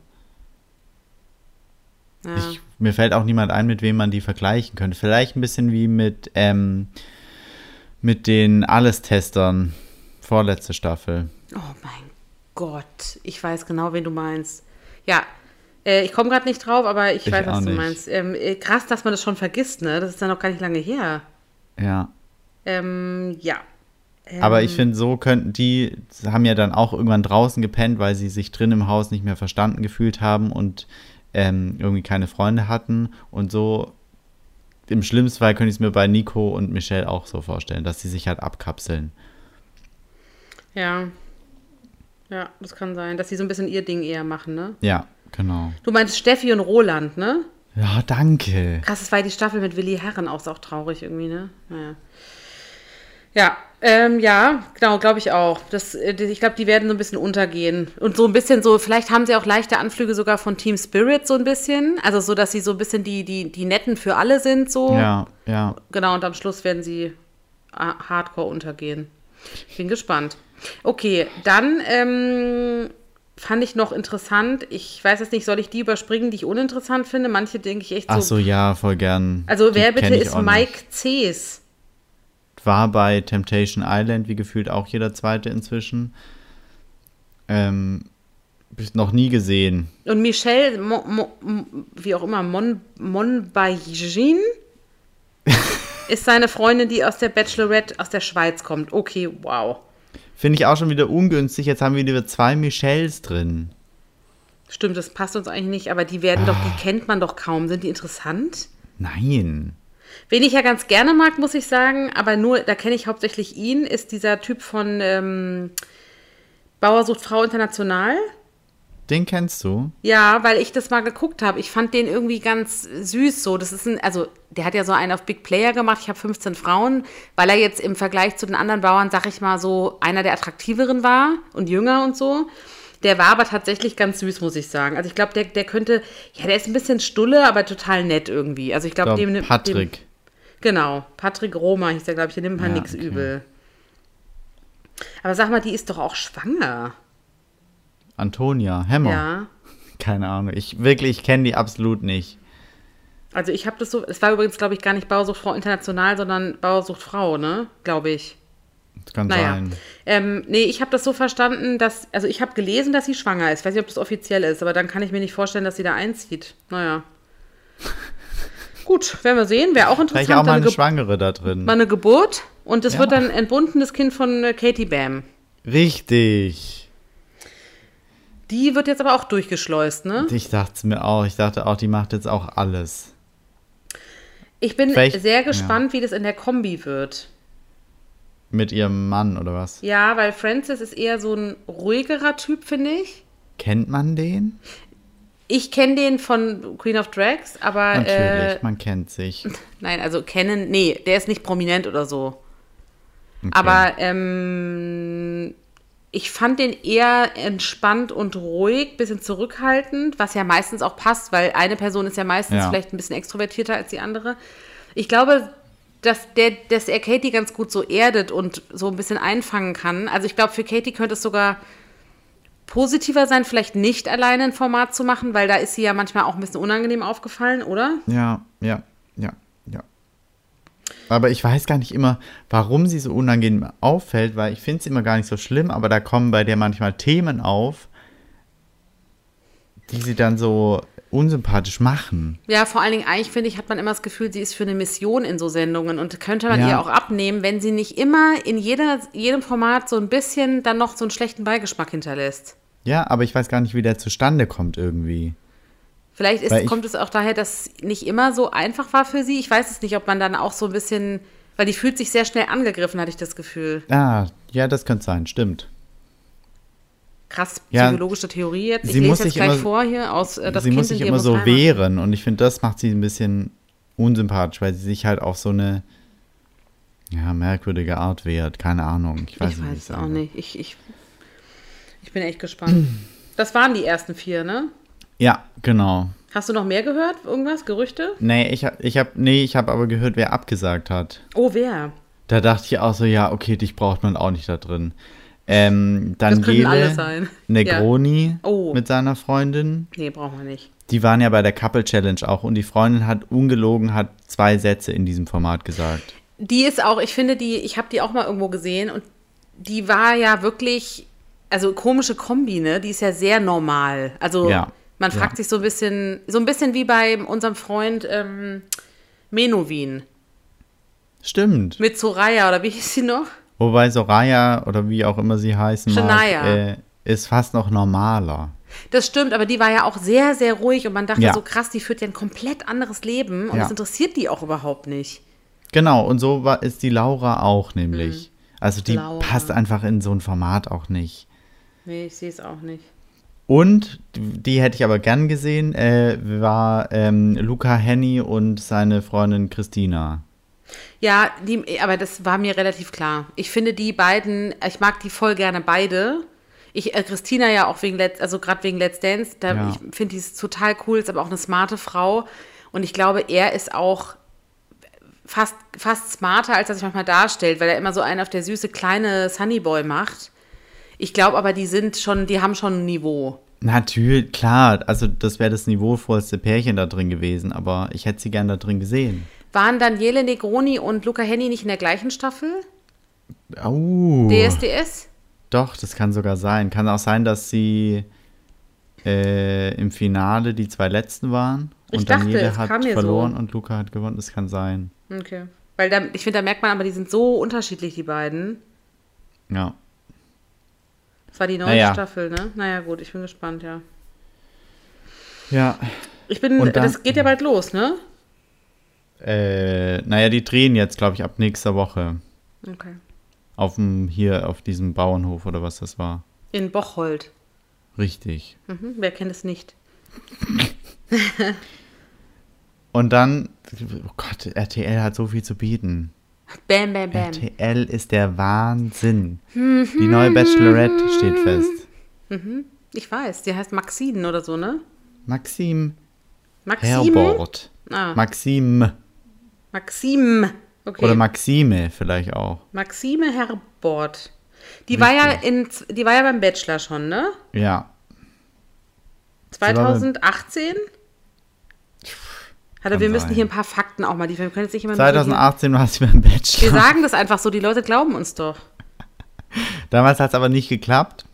Ja. Ich, mir fällt auch niemand ein, mit wem man die vergleichen könnte. Vielleicht ein bisschen wie mit, ähm, mit den Alles-Testern. Vorletzte Staffel. Oh mein Gott. Ich weiß genau, wen du meinst. Ja, äh, ich komme gerade nicht drauf, aber ich, Ich weiß, was auch du nicht. meinst. Ähm, äh, krass, dass man das schon vergisst, ne? Das ist ja noch gar nicht lange her. Ja. Ähm, ja. Ähm, Aber ich finde, so könnten die, haben ja dann auch irgendwann draußen gepennt, weil sie sich drin im Haus nicht mehr verstanden gefühlt haben und ähm, irgendwie keine Freunde hatten. Und so, im schlimmsten Fall könnte ich es mir bei Nico und Michelle auch so vorstellen, dass sie sich halt abkapseln. Ja. Ja, das kann sein, dass sie so ein bisschen ihr Ding eher machen, ne? Ja, genau. Du meinst Steffi und Roland, ne? Ja, danke. Krass, das war ja die Staffel mit Willi Herren auch, ist auch traurig irgendwie, ne? Naja. Ja, ähm, ja, genau, glaube ich auch. Das, äh, die- ich glaube, die werden so ein bisschen untergehen. Und so ein bisschen so, vielleicht haben sie auch leichte Anflüge sogar von Team Spirit so ein bisschen. Also so, dass sie so ein bisschen die, die, die Netten für alle sind, so. Ja, ja. Genau, und am Schluss werden sie ah, hardcore untergehen. Ich bin gespannt. Okay, dann ähm, fand ich noch interessant, ich weiß jetzt nicht, soll ich die überspringen, die ich uninteressant finde? Manche denke ich echt so. Ach so, ja, voll gern. Also Die wer bitte kenn ich ist auch Mike nicht. Cees? War bei Temptation Island, wie gefühlt auch jeder Zweite inzwischen. Ähm, noch nie gesehen. Und Michelle, Mo, Mo, M- wie auch immer, Mon, Monbajin ist seine Freundin, die aus der Bachelorette aus der Schweiz kommt. Okay, wow. Finde ich auch schon wieder ungünstig. Jetzt haben wir wieder zwei Michelles drin. Stimmt, das passt uns eigentlich nicht, aber die werden doch, die kennt man doch kaum. Sind die interessant? Nein. Wen ich ja ganz gerne mag, muss ich sagen, aber nur, da kenne ich hauptsächlich ihn, ist dieser Typ von ähm, Bauer sucht Frau International. Den kennst du? Ja, weil ich das mal geguckt habe. Ich fand den irgendwie ganz süß so. Das ist ein, also der hat ja so einen auf Big Player gemacht. Ich habe fünfzehn Frauen, weil er jetzt im Vergleich zu den anderen Bauern, sag ich mal, so einer der attraktiveren war und jünger und so. Der war aber tatsächlich ganz süß, muss ich sagen. Also ich glaube, der, der könnte, ja, der ist ein bisschen stulle, aber total nett irgendwie. Also ich glaube, Glaub, dem dem- Patrick. Genau, Patrick Roma hieß der, glaube ich, der nimmt man Ja, nichts okay. übel. Aber sag mal, die ist doch auch schwanger. Antonia Hemmer. Ja. Keine Ahnung. Ich wirklich, ich kenne die absolut nicht. Also ich habe das so, es war übrigens, glaube ich, gar nicht Bauersucht Frau International, sondern Bauersucht Frau, ne? Glaube ich. Das kann Naja. sein. Ähm, nee, ich habe das so verstanden, dass, also ich habe gelesen, dass sie schwanger ist. Ich weiß nicht, ob das offiziell ist, aber dann kann ich mir nicht vorstellen, dass sie da einzieht. Naja. Gut, werden wir sehen. Wäre auch interessant. Vielleicht auch mal dann eine Ge- Schwangere da drin. mal eine Geburt. Und es Ja. wird dann entbunden, das Kind von äh, Katie Bam. Richtig. Die wird jetzt aber auch durchgeschleust, ne? Ich dachte es mir auch. Ich dachte auch, die macht jetzt auch alles. Ich bin Vielleicht- sehr gespannt, wie das in der Kombi wird. Mit ihrem Mann oder was? Ja, weil Francis ist eher so ein ruhigerer Typ, finde ich. Kennt man den? Ich kenne den von Queen of Drags, aber Natürlich, äh, man kennt sich. nein, also kennen, nee, der ist nicht prominent oder so. Okay. Aber ähm, ich fand den eher entspannt und ruhig, bisschen zurückhaltend, was ja meistens auch passt, weil eine Person ist ja meistens Ja. vielleicht ein bisschen extrovertierter als die andere. Ich glaube, dass, der, dass er Katie ganz gut so erdet und so ein bisschen einfangen kann. Also ich glaube, für Katie könnte es sogar positiver sein, vielleicht nicht alleine ein Format zu machen, weil da ist sie ja manchmal auch ein bisschen unangenehm aufgefallen, oder? Ja, ja, ja, ja. Aber ich weiß gar nicht immer, warum sie so unangenehm auffällt, weil ich finde es immer gar nicht so schlimm, aber da kommen bei der manchmal Themen auf, die sie dann so unsympathisch machen. Ja, vor allen Dingen, eigentlich finde ich, hat man immer das Gefühl, sie ist für eine Mission in so Sendungen und könnte man Ja. ihr auch abnehmen, wenn sie nicht immer in jeder, jedem Format so ein bisschen dann noch so einen schlechten Beigeschmack hinterlässt. Ja, aber ich weiß gar nicht, wie der zustande kommt irgendwie. Vielleicht ist, Weil ich- kommt es auch daher, dass es nicht immer so einfach war für sie. Ich weiß es nicht, ob man dann auch so ein bisschen, weil die fühlt sich sehr schnell angegriffen, hatte ich das Gefühl. Ah, ja, das könnte sein, stimmt. Krass, Ja. psychologische Theorie jetzt. Ich Sie lese muss jetzt sich gleich immer- vor hier aus äh, das sie Kind muss in sich dir immer muss so heiraten. wehren und ich finde, das macht sie ein bisschen unsympathisch, weil sie sich halt auf so eine ja, merkwürdige Art wehrt. Keine Ahnung. Ich weiß, Ich nicht, wie weiß ich es auch sagen nicht. Ich, ich, ich bin echt gespannt. Das waren die ersten vier, ne? Ja, genau. Hast du noch mehr gehört? Irgendwas? Gerüchte? Nee, ich habe ich hab, nee, ich hab aber gehört, wer abgesagt hat. Oh, wer? Da dachte ich auch so, ja, okay, dich braucht man auch nicht da drin. Ähm, Das könnten alle Daniele sein. Negroni Oh. mit seiner Freundin. Nee, brauchen wir nicht. Die waren ja bei der Couple Challenge auch und die Freundin hat ungelogen, hat zwei Sätze in diesem Format gesagt. Die ist auch, ich finde die, ich habe die auch mal irgendwo gesehen und die war ja wirklich, also komische Kombi, ne? Die ist ja sehr normal. Also Ja, man fragt ja. sich so ein bisschen, so ein bisschen wie bei unserem Freund ähm, Menowin Stimmt. mit Soraya oder wie hieß sie noch? Wobei Soraya oder wie auch immer sie heißen mag, Shania. äh, ist fast noch normaler. Das stimmt, aber die war ja auch sehr, sehr ruhig und man dachte Ja. so krass, die führt ja ein komplett anderes Leben und Ja. das interessiert die auch überhaupt nicht. Genau, und so war, ist die Laura auch nämlich. Also die Laura. passt einfach in so ein Format auch nicht. Nee, ich sehe es auch nicht. Und, die hätte ich aber gern gesehen, äh, war ähm, Luca Henny und seine Freundin Christina. Ja, die, aber das war mir relativ klar. Ich finde die beiden, ich mag die voll gerne beide. Ich, äh, Christina ja auch wegen Let's, also gerade wegen Let's Dance, da, Ja. ich finde die ist total cool, ist aber auch eine smarte Frau. Und ich glaube, er ist auch fast, fast smarter, als er sich manchmal darstellt, weil er immer so einen auf der süße kleine Sunnyboy macht. Ich glaube aber, die sind schon, die haben schon ein Niveau. Natürlich, klar, also das wäre das niveauvollste Pärchen da drin gewesen, aber ich hätte sie gern da drin gesehen. Waren Daniele Negroni und Luca Henny nicht in der gleichen Staffel? Oh, D S D S? doch, das kann sogar sein. Kann auch sein, dass sie äh, im Finale die zwei letzten waren Ich und dachte, Daniele es hat kam mir verloren so. und Luca hat gewonnen. Das kann sein. Okay. Weil da, ich finde, da merkt man aber, die sind so unterschiedlich, die beiden. Ja. Das war die neunte Naja. Staffel, ne? Naja, gut, ich bin gespannt, ja. Ja. Ich bin, Und dann- das geht ja bald los, ne? Äh, naja, die drehen jetzt, glaube ich, ab nächster Woche. Okay. Auf dem, hier, auf diesem Bauernhof oder was das war. In Bocholt. Richtig. Mhm. Wer kennt es nicht? Und dann, oh Gott, R T L hat so viel zu bieten. Bam, bam, bam. R T L ist der Wahnsinn. Die neue Bachelorette steht fest. Ich weiß, die heißt Maxine oder so, ne? Maxim Maxime? Herbort. Ah, Maxim. Maxime. Okay. Oder Maxime vielleicht auch. Maxime Herbort. Die war ja in, die war ja beim Bachelor schon, ne? Ja. zwanzig achtzehn? Hatte, Kann wir müssen sein. hier ein paar Fakten auch mal, die wir können jetzt nicht immer nur so zwanzig achtzehn war sie beim hier, wir Bachelor. sagen das einfach so, die Leute glauben uns doch. Damals hat es aber nicht geklappt.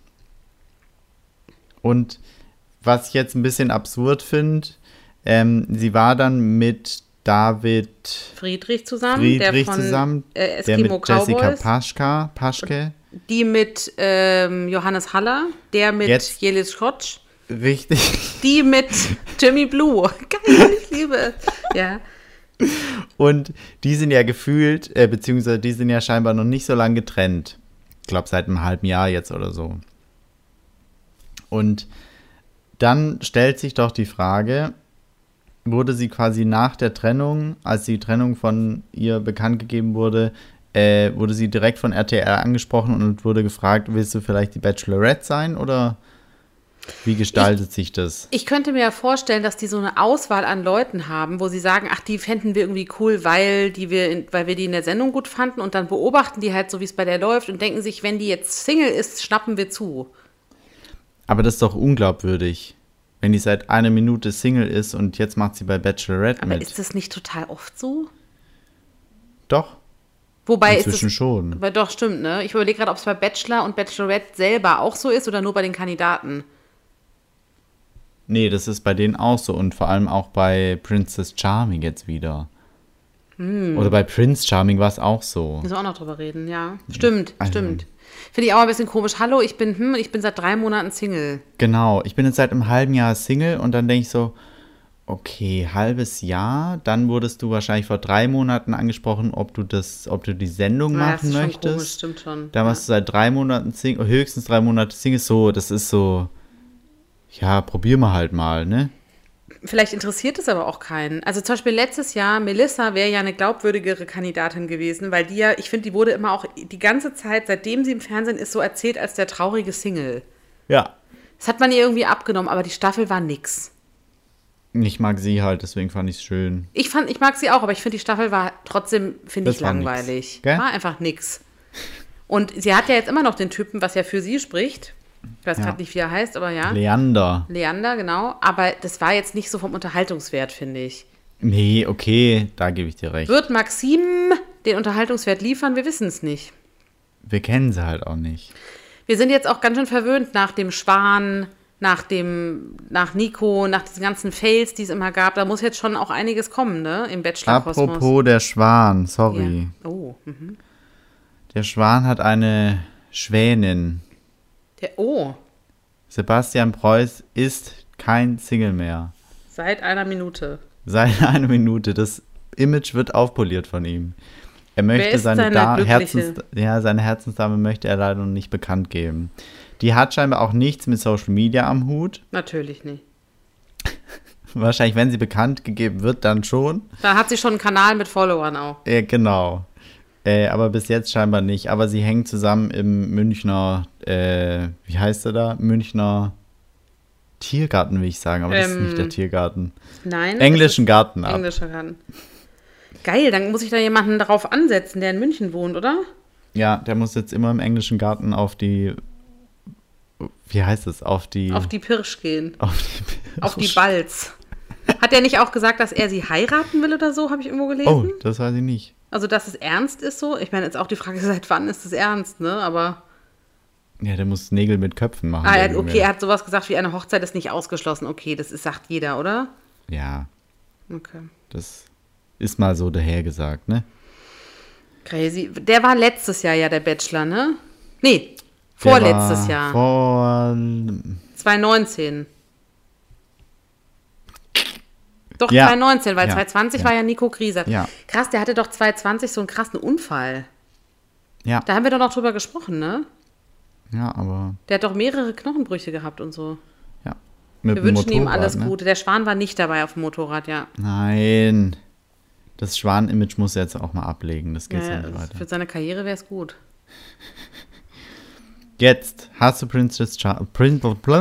Und was ich jetzt ein bisschen absurd finde, ähm, sie war dann mit David Friedrich zusammen, Friedrich der von zusammen, äh, der mit Eskimo Jessica Cowboys. Paschka, Paschke. Die mit ähm, Johannes Haller, der mit Jetzt- Jelis Schrotsch, Richtig. die mit Jimmy Blue. Geil, ich liebe es. Ja. Und die sind ja gefühlt, äh, beziehungsweise die sind ja scheinbar noch nicht so lange getrennt. Ich glaube, seit einem halben Jahr jetzt oder so. Und dann stellt sich doch die Frage, wurde sie quasi nach der Trennung, als die Trennung von ihr bekannt gegeben wurde, äh, wurde sie direkt von R T L angesprochen und wurde gefragt, willst du vielleicht die Bachelorette sein oder wie gestaltet ich, sich das? Ich könnte mir ja vorstellen, dass die so eine Auswahl an Leuten haben, wo sie sagen, ach, die fänden wir irgendwie cool, weil, die wir in, weil wir die in der Sendung gut fanden und dann beobachten die halt so, wie es bei der läuft und denken sich, wenn die jetzt Single ist, schnappen wir zu. Aber das ist doch unglaubwürdig, wenn die seit einer Minute Single ist und jetzt macht sie bei Bachelorette Aber mit. ist das nicht total oft so? Doch, Wobei inzwischen ist es, schon. Aber doch, stimmt, ne? Ich überlege gerade, ob es bei Bachelor und Bachelorette selber auch so ist oder nur bei den Kandidaten. Nee, das ist bei denen auch so und vor allem auch bei Princess Charming jetzt wieder. Hm. Oder bei Prince Charming war es auch so. Müssen wir auch noch drüber reden, ja. Stimmt, Also- stimmt. Finde ich auch ein bisschen komisch. Hallo, ich bin, hm, ich bin seit drei Monaten Single. Genau, ich bin jetzt seit einem halben Jahr Single und dann denke ich so, okay, halbes Jahr, dann wurdest du wahrscheinlich vor drei Monaten angesprochen, ob du das, ob du die Sendung Ja, das machen ist schon möchtest. komisch, stimmt schon. Da warst du seit drei Monaten Single, höchstens drei Monate Single, so, das ist so, ja, probier mal halt mal, ne? Vielleicht interessiert es aber auch keinen. Also zum Beispiel letztes Jahr, Melissa wäre ja eine glaubwürdigere Kandidatin gewesen, weil die ja, ich finde, die wurde immer auch die ganze Zeit, seitdem sie im Fernsehen ist, so erzählt als der traurige Single. Ja. Das hat man ihr irgendwie abgenommen, aber die Staffel war nix. Ich mag sie halt, deswegen fand ich es schön. Ich fand, ich mag sie auch, aber ich finde, die Staffel war trotzdem, finde Das ich, war langweilig. nix, gell? War einfach nix. Und sie hat ja jetzt immer noch den Typen, was ja für sie spricht. Ich weiß Ja. gerade nicht, wie er heißt, aber ja. Leander. Leander, genau. Aber das war jetzt nicht so vom Unterhaltungswert, finde ich. Nee, okay, da gebe ich dir recht. Wird Maxim den Unterhaltungswert liefern? Wir wissen es nicht. Wir kennen sie halt auch nicht. Wir sind jetzt auch ganz schön verwöhnt nach dem Schwan, nach dem, nach Nico, nach diesen ganzen Fails, die es immer gab. Da muss jetzt schon auch einiges kommen, ne? Im Bachelor-Kosmos. Apropos der Schwan, sorry. Ja. Oh, mhm. Der Schwan hat eine Schwänin. Der, oh, Sebastian Preuß ist kein Single mehr. seit einer Minute. Seit einer Minute. Das Image wird aufpoliert von ihm. Er möchte ist seine, seine da glückliche? Herzens ja, seine Herzensdame möchte er leider noch nicht bekannt geben. Die hat scheinbar auch nichts mit Social Media am Hut. Natürlich nicht. Wahrscheinlich, wenn sie bekannt gegeben wird, dann schon. Da hat sie schon einen Kanal mit Followern auch. Äh, genau. Äh, aber bis jetzt scheinbar nicht. Aber sie hängen zusammen im Münchner, äh, wie heißt er da? Münchner Tiergarten, will ich sagen. Aber das ist Ähm, nicht der Tiergarten. Nein. Englischen es ist Garten ab. Englischer Garten. Geil, dann muss ich da jemanden darauf ansetzen, der in München wohnt, oder? Ja, der muss jetzt immer im englischen Garten auf die, wie heißt es, auf die, Auf die Pirsch gehen. auf die, Auf die Balz. Hat er nicht auch gesagt, dass er sie heiraten will oder so, habe ich irgendwo gelesen? Oh, das weiß ich nicht. Also, dass es ernst ist so? Ich meine, jetzt auch die Frage, seit wann ist es ernst, ne? Aber, Ja, der muss Nägel mit Köpfen machen. ah, der er, Junge. okay, er hat sowas gesagt wie eine Hochzeit ist nicht ausgeschlossen. Okay, das ist, sagt jeder, oder? Ja, Okay. das ist mal so dahergesagt, ne? Crazy. Der war letztes Jahr ja der Bachelor, ne? Nee, Der vorletztes war Jahr. Vor, zwanzig neunzehn. Doch, Ja. zwanzig neunzehn, weil Ja. zwanzig zwanzig Ja. war ja Nico Grieser. Ja. Krass, der hatte doch zwanzig zwanzig so einen krassen Unfall. ja, Da haben wir doch noch drüber gesprochen, ne? ja, aber Der hat doch mehrere Knochenbrüche gehabt und so. ja. Mit Wir dem wünschen ihm Motorrad, alles ne? Gute. Der Schwan war nicht dabei auf dem Motorrad, ja. Nein. Das Schwan-Image muss er jetzt auch mal ablegen. Das geht ja, so ja, nicht weiter. für seine Karriere wäre es gut. Jetzt hast du Princess Charming. Prin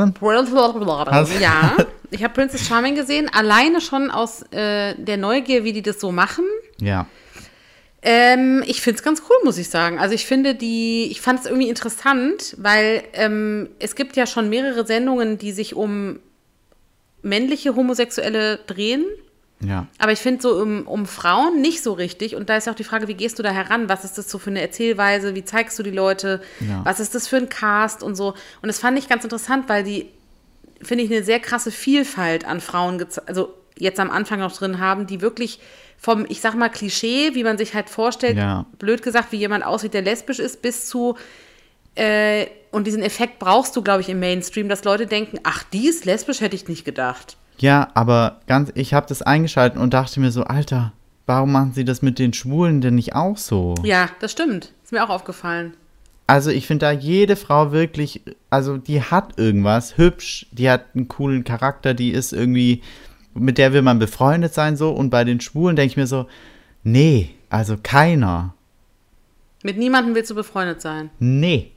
Ja, ich habe Princess Charming gesehen, alleine schon aus äh, der Neugier, wie die das so machen. ja. Ähm, ich finde es ganz cool, muss ich sagen. Also ich finde die, ich fand es irgendwie interessant, weil ähm, es gibt ja schon mehrere Sendungen, die sich um männliche Homosexuelle drehen. Ja. Aber ich finde so um, um Frauen nicht so richtig. Und da ist ja auch die Frage, wie gehst du da heran? Was ist das so für eine Erzählweise? Wie zeigst du die Leute? Ja. Was ist das für ein Cast und so? Und das fand ich ganz interessant, weil die, finde ich, eine sehr krasse Vielfalt an Frauen, geze- also jetzt am Anfang noch drin haben, die wirklich vom, ich sag mal, Klischee, wie man sich halt vorstellt, Ja. blöd gesagt, wie jemand aussieht, der lesbisch ist, bis zu, äh, und diesen Effekt brauchst du, glaube ich, im Mainstream, dass Leute denken, ach, die ist lesbisch, hätte ich nicht gedacht. Ja, aber ganz, ich habe das eingeschaltet und dachte mir so, Alter, warum machen sie das mit den Schwulen denn nicht auch so? Ja, das stimmt. Ist mir auch aufgefallen. Also ich finde da jede Frau wirklich, also die hat irgendwas, hübsch, die hat einen coolen Charakter, die ist irgendwie, mit der will man befreundet sein so. Und bei den Schwulen denke ich mir so, nee, also keiner. Mit niemandem willst du befreundet sein. Nee.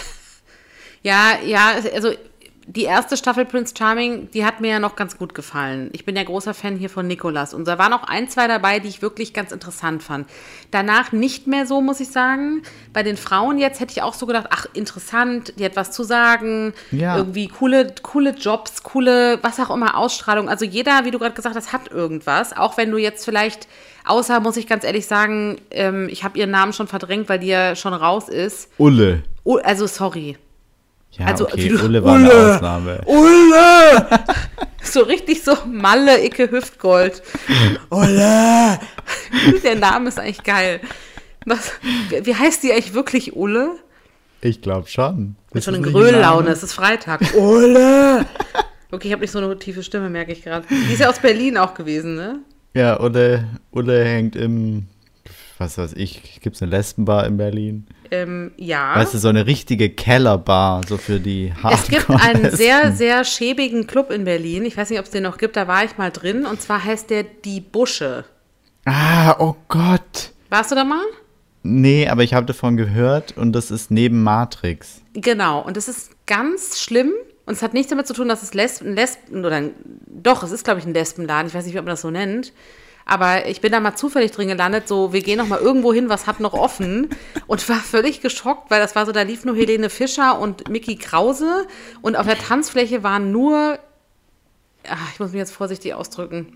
Ja, ja, also die erste Staffel Prince Charming, die hat mir ja noch ganz gut gefallen. Ich bin ja großer Fan hier von Nicolas. Und da waren auch ein, zwei dabei, die ich wirklich ganz interessant fand. Danach nicht mehr so, muss ich sagen. Bei den Frauen jetzt hätte ich auch so gedacht, ach, interessant, die hat was zu sagen. Ja. Irgendwie coole, coole Jobs, coole, was auch immer, Ausstrahlung. Also jeder, wie du gerade gesagt hast, hat irgendwas. Auch wenn du jetzt vielleicht, außer, muss ich ganz ehrlich sagen, ähm, ich habe ihren Namen schon verdrängt, weil die ja schon raus ist. Ulle. Oh, also sorry. Ja, Also, okay, wie du- Ulle war Ulle. eine Ausnahme. Ulle! So richtig so Malle, Icke, Hüftgold. Ulle! Der Name ist eigentlich geil. Was, wie wie heißt die eigentlich wirklich Ulle? Ich glaube schon. Mit Ist schon in das nicht ein Gröllaune, Name? es ist Freitag. Ulle! Okay, ich habe nicht so eine tiefe Stimme, merke ich gerade. Die ist ja aus Berlin auch gewesen, ne? Ja, Ulle, Ulle hängt im, was weiß ich, gibt es eine Lesbenbar in Berlin? Ähm, ja. Weißt du, so eine richtige Kellerbar, so für die Es gibt Hardcore-Lesben. einen sehr, sehr schäbigen Club in Berlin. Ich weiß nicht, ob es den noch gibt, da war ich mal drin. Und zwar heißt der Die Busche. Ah, oh Gott. Warst du da mal? Nee, aber ich habe davon gehört und das ist neben Matrix. Genau, und das ist ganz schlimm. Und es hat nichts damit zu tun, dass es Lesben, Lesben oder ein, doch, es ist, glaube ich, ein Lesbenladen. Ich weiß nicht, ob man das so nennt. Aber ich bin da mal zufällig drin gelandet, so, wir gehen noch mal irgendwo hin, was hat noch offen? Und war völlig geschockt, weil das war so, da lief nur Helene Fischer und Mickey Krause. Und auf der Tanzfläche waren nur, ach, ich muss mich jetzt vorsichtig ausdrücken,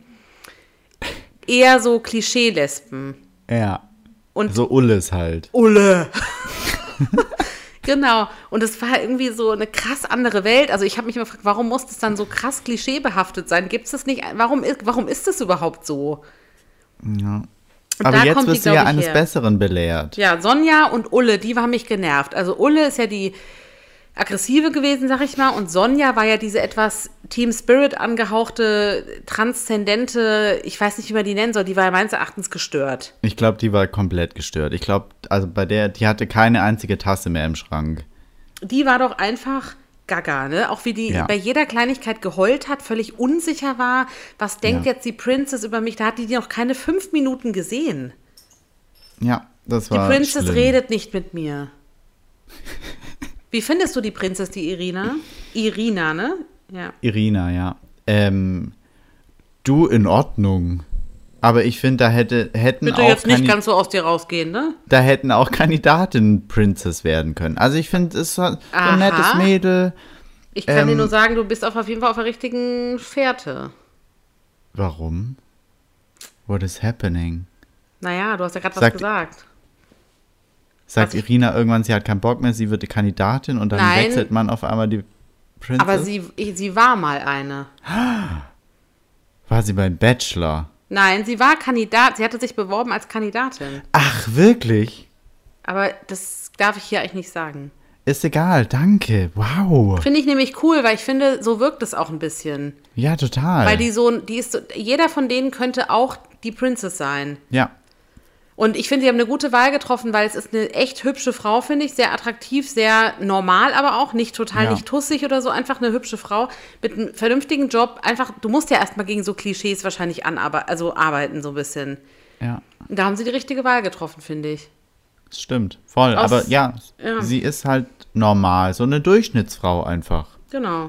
eher so Klischee-Lesben. Ja. Und So Ulles halt. Ulle. Genau. Und es war irgendwie so eine krass andere Welt. Also ich habe mich immer gefragt, warum muss das dann so krass klischeebehaftet sein? Gibt es das nicht? Warum ist, warum ist das überhaupt so? Ja. Und Aber da jetzt kommt die, wirst du glaub ja ich, eines her. Besseren belehrt. Ja, Sonja und Ulle, die haben mich genervt. Also Ulle ist ja die aggressive gewesen, sag ich mal. Und Sonja war ja diese etwas Team Spirit angehauchte, transzendente, ich weiß nicht, wie man die nennen soll, die war ja meines Erachtens gestört. Ich glaube, die war komplett gestört. Ich glaube, also bei der, die hatte keine einzige Tasse mehr im Schrank. Die war doch einfach gaga, ne? Auch wie die Ja. bei jeder Kleinigkeit geheult hat, völlig unsicher war. Was denkt Ja. jetzt die Princess über mich? Da hat die die noch keine fünf Minuten gesehen. Ja, das Die war Princess schlimm. redet nicht mit mir. Wie findest du die Princess, die Irina? Irina, ne? Ja. Irina, ja. Ähm, du in Ordnung. Aber ich finde, da hätte, hätten Bitte auch jetzt nicht Kandi- ganz so aus dir rausgehen, ne? da hätten auch Kandidatinnen Princess werden können. Also ich finde, es ist so ein Aha. nettes Mädel. Ich kann dir Ähm, nur sagen, du bist auf, auf jeden Fall auf der richtigen Fährte. Warum? What is happening? Naja, du hast ja gerade was Sagt- gesagt. Sagt Was ich- Irina irgendwann, sie hat keinen Bock mehr, sie wird die Kandidatin und dann Nein. wechselt man auf einmal die Princess? Aber sie, sie war mal eine. War sie beim Bachelor? Nein, sie war Kandidat. Sie hatte sich beworben als Kandidatin. Ach, wirklich? Aber das darf ich hier eigentlich nicht sagen. Ist egal, danke. Wow. Finde ich nämlich cool, weil ich finde, so wirkt es auch ein bisschen. Ja, total. Weil die so, die ist so, jeder von denen könnte auch die Princess sein. Ja, Und ich finde, sie haben eine gute Wahl getroffen, weil es ist eine echt hübsche Frau, finde ich. Sehr attraktiv, sehr normal, aber auch nicht total Ja. nicht tussig oder so. Einfach eine hübsche Frau mit einem vernünftigen Job. Einfach, du musst ja erstmal gegen so Klischees wahrscheinlich anarbeiten, also arbeiten so ein bisschen. ja. Und da haben sie die richtige Wahl getroffen, finde ich. Das stimmt. Voll. Aus- Aber ja, ja. sie ist halt normal. So eine Durchschnittsfrau einfach. Genau.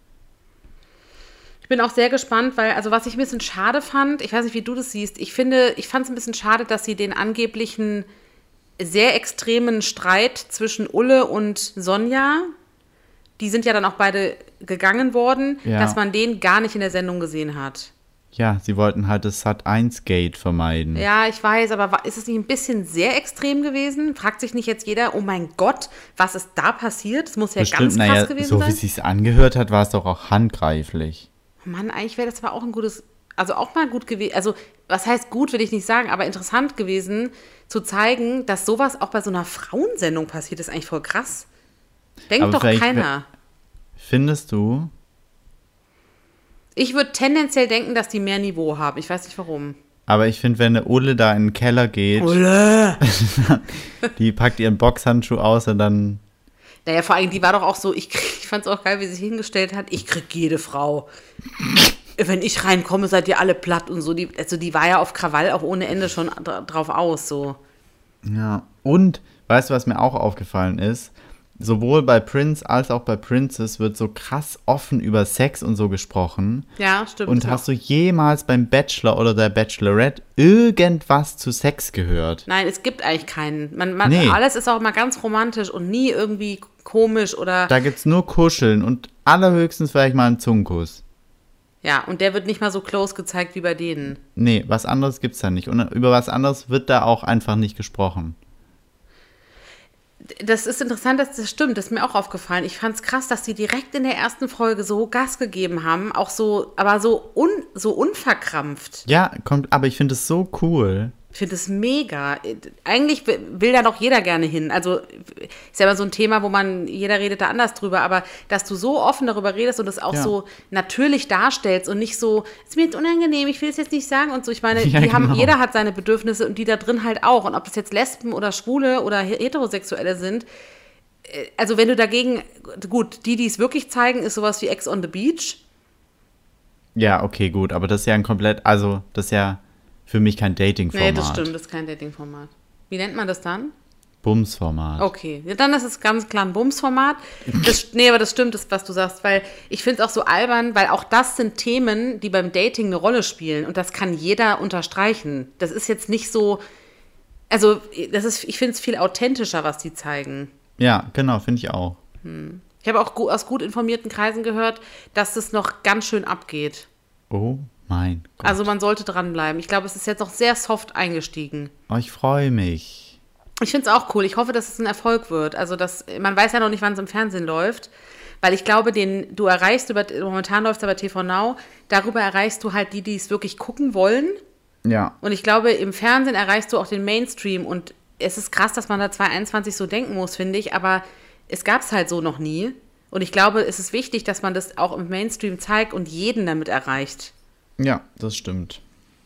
Ich bin auch sehr gespannt, weil, also was ich ein bisschen schade fand, ich weiß nicht, wie du das siehst, ich finde, ich fand es ein bisschen schade, dass sie den angeblichen sehr extremen Streit zwischen Ulle und Sonja, die sind ja dann auch beide gegangen worden, Ja. dass man den gar nicht in der Sendung gesehen hat. Ja, sie wollten halt das Sat eins Gate vermeiden. Ja, ich weiß, aber wa- ist es nicht ein bisschen sehr extrem gewesen? Fragt sich nicht jetzt jeder, oh mein Gott, was ist da passiert? Das muss ja Bestimmt, ganz krass naja, gewesen so sein. wie es sich angehört hat, war es doch auch handgreiflich. Mann, eigentlich wäre das aber auch ein gutes, also auch mal gut gewesen, also was heißt gut, will ich nicht sagen, aber interessant gewesen, zu zeigen, dass sowas auch bei so einer Frauensendung passiert, ist eigentlich voll krass. Denkt Aber doch vielleicht keiner. Findest du? Ich würde tendenziell denken, dass die mehr Niveau haben. Ich weiß nicht warum. Aber ich finde, wenn eine Ulle da in den Keller geht, Ulle! die packt ihren Boxhandschuh aus und dann... Naja, vor allem, die war doch auch so, ich, krieg, ich fand es auch geil, wie sie sich hingestellt hat, ich krieg jede Frau. Wenn ich reinkomme, seid ihr alle platt und so. Die, also die war ja auf Krawall auch ohne Ende schon dra- drauf aus, so. Ja, und weißt du, was mir auch aufgefallen ist? Sowohl bei Prince als auch bei Princess wird so krass offen über Sex und so gesprochen. Ja, stimmt. Und hast du jemals beim Bachelor oder der Bachelorette irgendwas zu Sex gehört? Nein, es gibt eigentlich keinen. Man, man, Nee. Alles ist auch mal ganz romantisch und nie irgendwie komisch oder. Da gibt's nur Kuscheln und allerhöchstens vielleicht mal einen Zungenkuss. Ja, und der wird nicht mal so close gezeigt wie bei denen. Nee, was anderes gibt's da nicht. Und über was anderes wird da auch einfach nicht gesprochen. Das ist interessant, dass das stimmt. Das ist mir auch aufgefallen. Ich fand es krass, dass die direkt in der ersten Folge so Gas gegeben haben. Auch so, aber so, un, so unverkrampft. Ja, kommt, aber ich finde es so cool. Ich finde es mega. Eigentlich will da doch jeder gerne hin. Also ist ja immer so ein Thema, wo man, jeder redet da anders drüber, aber dass du so offen darüber redest und es auch Ja. so natürlich darstellst und nicht so, ist mir jetzt unangenehm, ich will es jetzt nicht sagen und so. Ich meine, Ja, die haben, genau. jeder hat seine Bedürfnisse und die da drin halt auch. Und ob das jetzt Lesben oder Schwule oder Heterosexuelle sind, äh, also wenn du dagegen, gut, die, die es wirklich zeigen, ist sowas wie Ex on the Beach. Ja, okay, gut, aber das ist ja ein komplett, also das ist ja für mich kein Dating-Format. Nee, das stimmt, das ist kein Dating-Format. Wie nennt man das dann? Bums-Format. Okay, ja, dann ist es ganz klar ein Bums-Format. Das, nee, aber das stimmt, das, was du sagst, weil ich finde es auch so albern, weil auch das sind Themen, die beim Dating eine Rolle spielen und das kann jeder unterstreichen. Das ist jetzt nicht so, also das ist, ich finde es viel authentischer, was die zeigen. Ja, genau, finde ich auch. Ich habe auch gu- aus gut informierten Kreisen gehört, dass das noch ganz schön abgeht. Oh mein Gott. Also man sollte dranbleiben. Ich glaube, es ist jetzt noch sehr soft eingestiegen. Oh, ich freue mich. Ich finde es auch cool. Ich hoffe, dass es ein Erfolg wird. Also, dass, man weiß ja noch nicht, wann es im Fernsehen läuft. Weil ich glaube, den du erreichst, über, momentan läuft es aber T V Now, darüber erreichst du halt die, die es wirklich gucken wollen. Ja. Und ich glaube, im Fernsehen erreichst du auch den Mainstream. Und es ist krass, dass man da zwanzig einundzwanzig so denken muss, finde ich. Aber es gab es halt so noch nie. Und ich glaube, es ist wichtig, dass man das auch im Mainstream zeigt und jeden damit erreicht. Ja, das stimmt.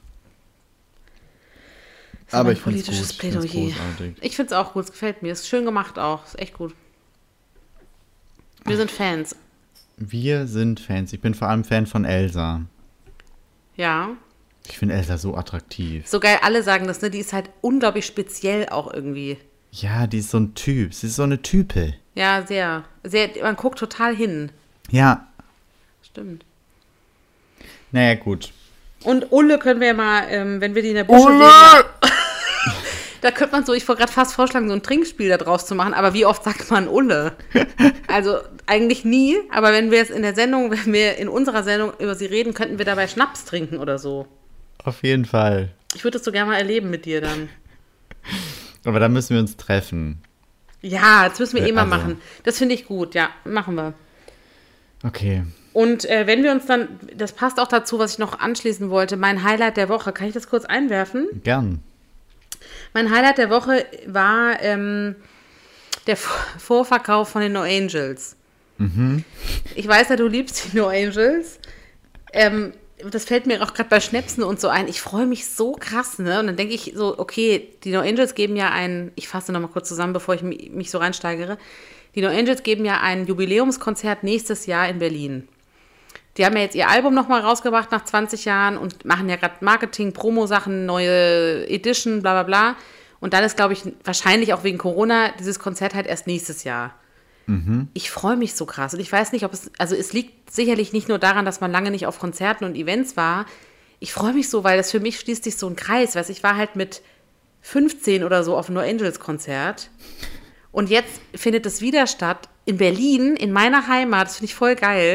Das ist Aber ein ich finde es politisches gut. Ich find's Plädoyer. großartig. Ich finde es auch gut, es gefällt mir. Es ist schön gemacht auch. Ist echt gut. Wir sind Fans. Wir sind Fans. Ich bin vor allem Fan von Elsa. Ja. Ich finde Elsa so attraktiv. So geil, alle sagen das, ne? Die ist halt unglaublich speziell auch irgendwie. Ja, die ist so ein Typ. Sie ist so eine Type. Ja, sehr. sehr man guckt total hin. Ja. Stimmt. Naja, gut. Und Ulle können wir ja mal, ähm, wenn wir die in der Busche sehen, mal, da könnte man so, ich wollte gerade fast vorschlagen, so ein Trinkspiel da draus zu machen, aber wie oft sagt man Ulle? Also eigentlich nie, aber wenn wir es in der Sendung, wenn wir in unserer Sendung über sie reden, könnten wir dabei Schnaps trinken oder so. Auf jeden Fall. Ich würde das so gerne mal erleben mit dir dann. Aber da müssen wir uns treffen. Ja, das müssen wir eh mal Also. machen. Das finde ich gut, ja, machen wir. Okay. Und äh, wenn wir uns dann, das passt auch dazu, was ich noch anschließen wollte, mein Highlight der Woche, kann ich das kurz einwerfen? Gern. Mein Highlight der Woche war ähm, der Vor- Vorverkauf von den No Angels. Mhm. Ich weiß ja, du liebst die No Angels. Ähm, das fällt mir auch gerade bei Schnäpsen und so ein. Ich freue mich so krass, ne? Und dann denke ich so, okay, die No Angels geben ja ein, ich fasse nochmal kurz zusammen, bevor ich mi- mich so reinsteigere. Die No Angels geben ja ein Jubiläumskonzert nächstes Jahr in Berlin. Die haben ja jetzt ihr Album nochmal rausgebracht nach zwanzig Jahren und machen ja gerade Marketing, Promo-Sachen, neue Edition, bla bla bla. Und dann ist, glaube ich, wahrscheinlich auch wegen Corona dieses Konzert halt erst nächstes Jahr. Mhm. Ich freue mich so krass. Und ich weiß nicht, ob es, also es liegt sicherlich nicht nur daran, dass man lange nicht auf Konzerten und Events war. Ich freue mich so, weil das für mich schließt sich so ein Kreis. Weißt, ich war halt mit fünfzehn oder so auf einem No Angels Konzert. Und jetzt findet es wieder statt in Berlin, in meiner Heimat. Das finde ich voll geil.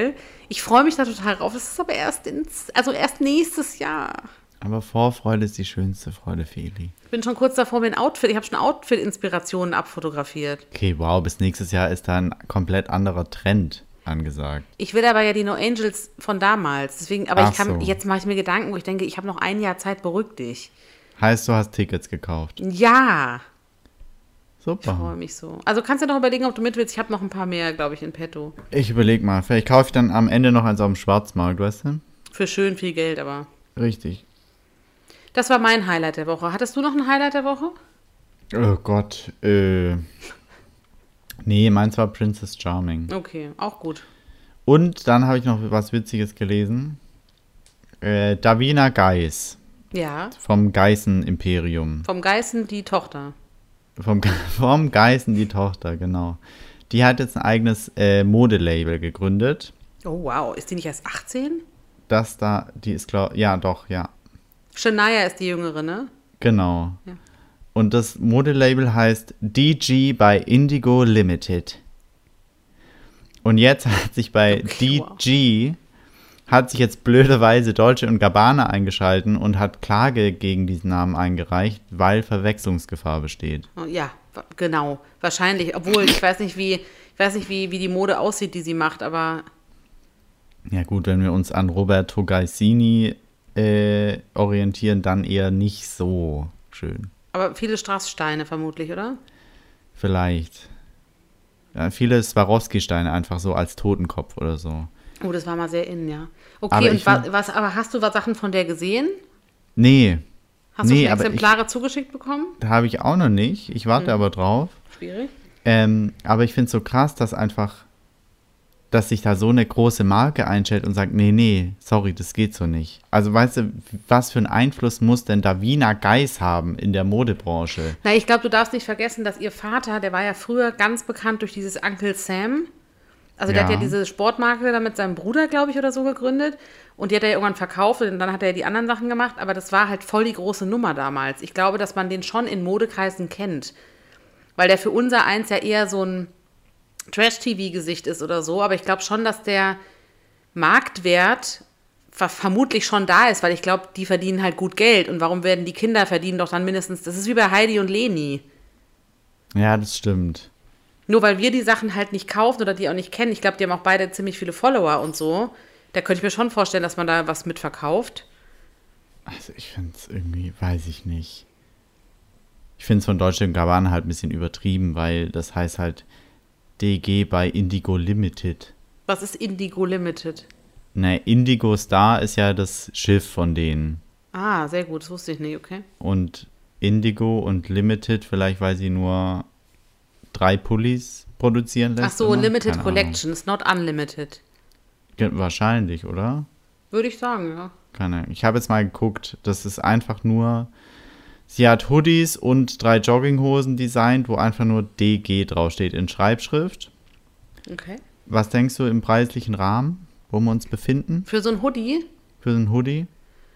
Ich freue mich da total drauf. Das ist aber erst, ins, also erst nächstes Jahr. Aber Vorfreude ist die schönste Freude, Feli. Ich bin schon kurz davor, mir ein Outfit, ich habe schon Outfit-Inspirationen abfotografiert. Okay, wow, bis nächstes Jahr ist da ein komplett anderer Trend angesagt. Ich will aber ja die No Angels von damals. Deswegen, aber Ach ich kann, so. jetzt mache ich mir Gedanken, wo ich denke, ich habe noch ein Jahr Zeit, beruhig dich. Heißt, du hast Tickets gekauft. Ja, ich freue Super. mich so. Also kannst du noch überlegen, ob du mit willst. Ich habe noch ein paar mehr, glaube ich, in petto. Ich überleg mal, vielleicht kaufe ich dann am Ende noch eins auf dem Schwarzmarkt, weißt du? Für schön viel Geld, aber. Richtig. Das war mein Highlight der Woche. Hattest du noch ein Highlight der Woche? Oh Gott, äh. Nee, meins war Princess Charming. Okay, auch gut. Und dann habe ich noch was Witziges gelesen. Äh, Davina Geiss Ja, vom Geißen-Imperium. vom Geißen die Tochter. Vom, Ge- vom Geißen die Tochter, genau. Die hat jetzt ein eigenes äh, Modelabel gegründet. Oh wow, ist die nicht erst achtzehn? Das da, die ist klar, ja doch, ja, Shania ist die Jüngere, ne? genau. Ja. Und das Modelabel heißt D G by Indigo Limited. Und jetzt hat sich bei Okay, wow. D G, hat sich jetzt blöderweise Dolce und Gabbana eingeschalten und hat Klage gegen diesen Namen eingereicht, weil Verwechslungsgefahr besteht. Oh, ja, wa- genau. Wahrscheinlich. Obwohl, ich weiß nicht, wie, ich weiß nicht, wie, wie die Mode aussieht, die sie macht, aber Ja gut, wenn wir uns an Roberto Gaisini äh, orientieren, dann eher nicht so schön. Aber viele Strasssteine vermutlich, oder? Vielleicht. Ja, viele Swarovski-Steine einfach so als Totenkopf oder so. Oh, das war mal sehr in, ja. Aber Okay, und ich wa find- was, aber hast du was Sachen von der gesehen? Nee, Hast Nee, du schon aber ich- Exemplare zugeschickt bekommen? da habe ich auch noch nicht. Ich warte aber drauf. Schwierig. Ähm, aber ich finde es so krass, dass einfach, dass sich da so eine große Marke einstellt und sagt, nee, nee, sorry, das geht so nicht. Also weißt du, was für einen Einfluss muss denn Davina Geiss haben in der Modebranche? Na, ich glaube, du darfst nicht vergessen, dass ihr Vater, der war ja früher ganz bekannt durch dieses Uncle Sam. Also der Ja. hat ja diese Sportmarke da mit seinem Bruder, glaube ich, oder so gegründet. Und die hat er ja irgendwann verkauft und dann hat er die anderen Sachen gemacht. Aber das war halt voll die große Nummer damals. Ich glaube, dass man den schon in Modekreisen kennt. Weil der für unser Eins ja eher so ein Trash-T V-Gesicht ist oder so. Aber ich glaube schon, dass der Marktwert ver vermutlich schon da ist. Weil ich glaube, die verdienen halt gut Geld. Und warum werden die Kinder verdienen doch dann mindestens... Das ist wie bei Heidi und Leni. Ja, das stimmt. Nur weil wir die Sachen halt nicht kaufen oder die auch nicht kennen. Ich glaube, die haben auch beide ziemlich viele Follower und so. Da könnte ich mir schon vorstellen, dass man da was mit verkauft. Also ich finde es irgendwie, weiß ich nicht. Ich finde es von Deutsche und Gabbana halt ein bisschen übertrieben, weil das heißt halt D G bei Indigo Limited. Was ist Indigo Limited? Ne, Indigo Star ist ja das Schiff von denen. Ah, sehr gut, das wusste ich nicht, okay. Und Indigo und Limited, vielleicht weil sie nur drei Pullis produzieren lässt. Ach so, immer? Limited Keine Collections, not unlimited. Ahnung. Wahrscheinlich, oder? Würde ich sagen, ja. Keine Ahnung. Ich habe jetzt mal geguckt, das ist einfach nur, sie hat Hoodies und drei Jogginghosen designt, wo einfach nur D G draufsteht in Schreibschrift. Okay. Was denkst du im preislichen Rahmen, wo wir uns befinden Für so ein Hoodie, für so ein Hoodie?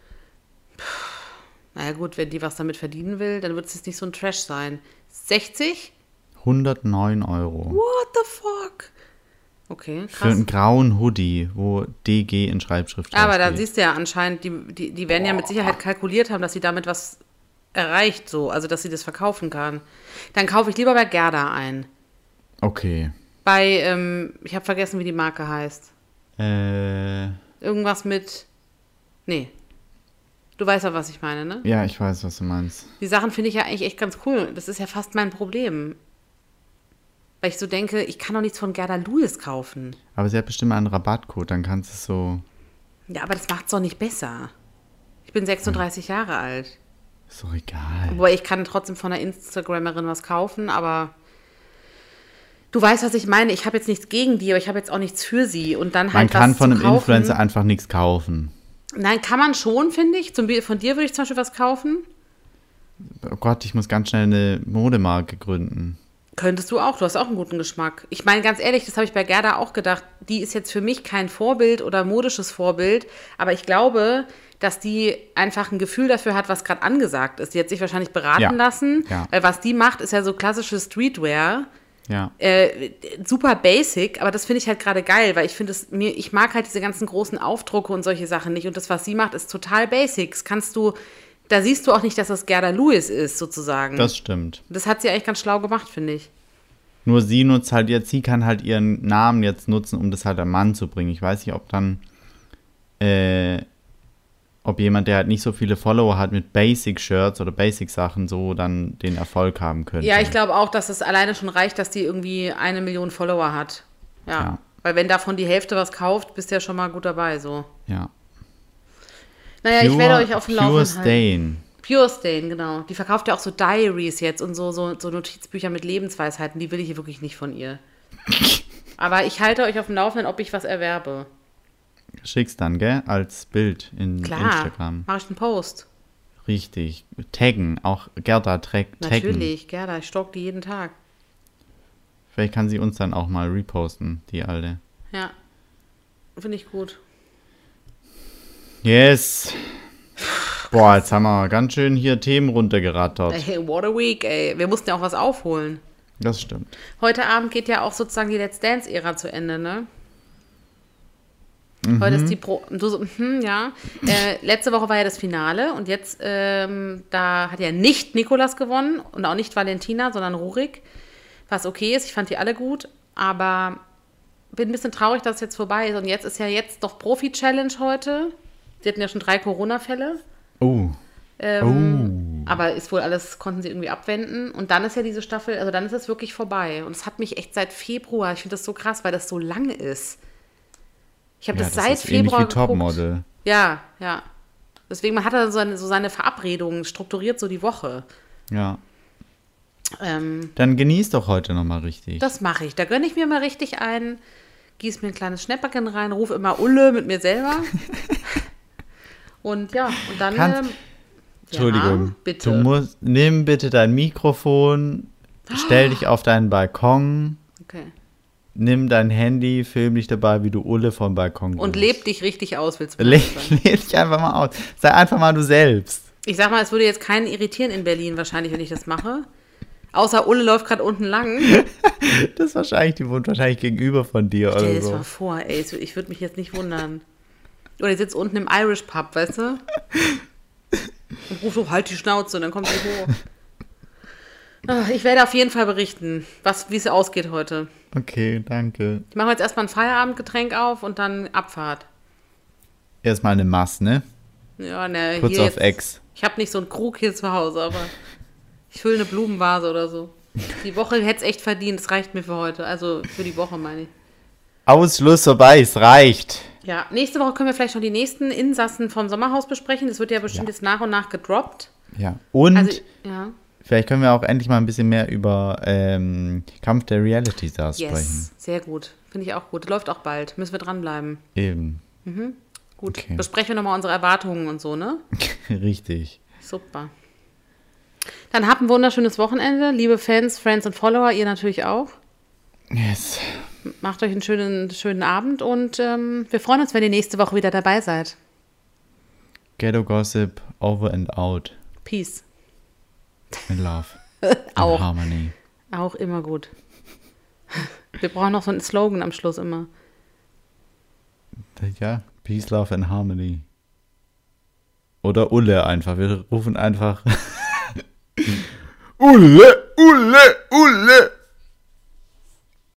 naja gut, wenn die was damit verdienen will, dann wird es jetzt nicht so ein Trash sein. sechzig? hundertneun Euro. What the fuck? Okay, Für krass. einen grauen Hoodie, wo D G in Schreibschrift draufsteht. Aber da siehst du ja anscheinend, die, die, die werden ja mit Sicherheit kalkuliert haben, dass sie damit was erreicht, so, also dass sie das verkaufen kann. Dann kaufe ich lieber bei Gerda ein. Okay. Bei, ähm, ich habe vergessen, wie die Marke heißt. Äh, Irgendwas mit, nee. Du weißt ja, was ich meine, ne? ja, ich weiß, was du meinst. Die Sachen finde ich ja eigentlich echt ganz cool. Das ist ja fast mein Problem. Weil ich so denke, ich kann doch nichts von Gerda Lewis kaufen. Aber sie hat bestimmt einen Rabattcode, dann kannst du es so. Ja, aber das macht's doch nicht besser. Ich bin sechsunddreißig Jahre alt. Ist doch egal. Wobei ich kann trotzdem von einer Instagrammerin was kaufen, aber du weißt, was ich meine. Ich habe jetzt nichts gegen die, aber ich habe jetzt auch nichts für sie. Und dann Man halt kann was von zu einem kaufen. Influencer einfach nichts kaufen. Nein, kann man schon, finde ich. Zum, Bi- von dir würde ich zum Beispiel was kaufen. Oh Gott, ich muss ganz schnell eine Modemarke gründen. Könntest du auch, du hast auch einen guten Geschmack. Ich meine, ganz ehrlich, das habe ich bei Gerda auch gedacht. Die ist jetzt für mich kein Vorbild oder modisches Vorbild, aber ich glaube, dass die einfach ein Gefühl dafür hat, was gerade angesagt ist. Die hat sich wahrscheinlich beraten Ja. lassen, Ja. weil was die macht, ist ja so klassische Streetwear. Ja. Äh, super basic, aber das finde ich halt gerade geil, weil ich finde es mir, ich mag halt diese ganzen großen Aufdrucke und solche Sachen nicht. Und das, was sie macht, ist total basic. Das kannst du, da siehst du auch nicht, dass das Gerda Lewis ist, sozusagen. Das stimmt. Das hat sie eigentlich ganz schlau gemacht, finde ich. Nur sie nutzt halt jetzt, sie kann halt ihren Namen jetzt nutzen, um das halt am Mann zu bringen. Ich weiß nicht, ob dann, äh, ob jemand, der halt nicht so viele Follower hat mit Basic-Shirts oder Basic-Sachen, so dann den Erfolg haben könnte. Ja, ich glaube auch, dass es alleine schon reicht, dass die irgendwie eine Million Follower hat. Ja. ja. Weil wenn davon die Hälfte was kauft, bist du ja schon mal gut dabei, so. Ja. Naja, Pure, ich werde euch auf dem Laufenden Pure halten. Stain. Pure Stain, genau. Die verkauft ja auch so Diaries jetzt und so, so, so Notizbücher mit Lebensweisheiten. Die will ich wirklich nicht von ihr. Aber ich halte euch auf dem Laufenden, ob ich was erwerbe. Schick's dann, gell? Als Bild in Klar, Instagram. Mach ich einen Post. Richtig. Taggen. Auch Gerda trägt taggen. Natürlich, Gerda. Ich stalk die jeden Tag. Vielleicht kann sie uns dann auch mal reposten, die alte. Ja. Finde ich gut. Yes. Boah, jetzt haben wir ganz schön hier Themen runtergerattert. Ey, what a week, ey. Wir mussten ja auch was aufholen. Das stimmt. Heute Abend geht ja auch sozusagen die Let's Dance-Ära zu Ende, ne? Mhm. Heute ist die Pro... Du so, hm, ja. Äh, letzte Woche war ja das Finale und jetzt, ähm, da hat ja nicht Nikolas gewonnen und auch nicht Valentina, sondern Rurik. Was okay ist, ich fand die alle gut, aber bin ein bisschen traurig, dass es jetzt vorbei ist. Und jetzt ist ja jetzt doch Profi-Challenge heute. Sie hatten ja schon drei Corona-Fälle. Oh. Ähm, oh. Aber ist wohl alles, konnten sie irgendwie abwenden. Und dann ist ja diese Staffel, also dann ist es wirklich vorbei. Und es hat mich echt seit Februar, ich finde das so krass, weil das so lang ist. Ich habe Ja, das, das seit ist ähnlich Februar wie Topmodel. geguckt. Ja, ja. Deswegen, man hat dann so seine, so seine Verabredungen, strukturiert so die Woche. Ja. Ähm, Dann genieß doch heute nochmal richtig. das mache ich. Da gönne ich mir mal richtig ein, gieß mir ein kleines Schnäpperchen rein, ruf immer Ulle mit mir selber. Und ja, und dann... Kannst- ähm, Entschuldigung. Ja, bitte. Du musst, nimm bitte dein Mikrofon, stell dich auf deinen Balkon, Okay. nimm dein Handy, film dich dabei, wie du Ulle vom Balkon Und rufst. leb dich richtig aus, willst du mal Leb, sagen. leb dich einfach mal aus. Sei einfach mal du selbst. Ich sag mal, es würde jetzt keinen irritieren in Berlin wahrscheinlich, wenn ich das mache. Außer Ulle läuft gerade unten lang. Das ist wahrscheinlich, die wohnt wahrscheinlich gegenüber von dir Stell dir oder das so. mal vor, ey. Ich würde mich jetzt nicht wundern. Oder die sitzt unten im Irish Pub, weißt du? Und ruft so, halt die Schnauze und dann kommt sie hoch. Ach, ich werde auf jeden Fall berichten, was, wie es ausgeht heute. Okay, danke. Ich mache jetzt erstmal ein Feierabendgetränk auf und dann Abfahrt. Erstmal eine Mass, ne? Ja, ne, Kurz hier auf jetzt, Ex. Ich habe nicht so einen Krug hier zu Hause, aber ich fülle eine Blumenvase oder so. Die Woche hätte es echt verdient, das reicht mir für heute. Also für die Woche, meine ich. Ausschluss vorbei, es reicht. Ja, nächste Woche können wir vielleicht schon die nächsten Insassen vom Sommerhaus besprechen. Das wird ja bestimmt Ja. jetzt nach und nach gedroppt. Ja. Und Also, ja. vielleicht können wir auch endlich mal ein bisschen mehr über ähm, Kampf der Reality Stars sprechen. Yes, sehr gut. Finde ich auch gut. Läuft auch bald. Müssen wir dranbleiben. Eben. Gut. Okay. Besprechen wir nochmal unsere Erwartungen und so, ne? Richtig. Super. Dann habt ein wunderschönes Wochenende. Liebe Fans, Friends und Follower, ihr natürlich auch. Yes. Macht euch einen schönen, schönen Abend und ähm, wir freuen uns, wenn ihr nächste Woche wieder dabei seid. Ghetto Gossip, over and out. Peace. In love. In Auch. harmony. Auch immer gut. Wir brauchen noch so einen Slogan am Schluss immer. Ja, Peace, Love and Harmony. Oder Ulle einfach. Wir rufen einfach Ulle, Ulle, Ulle.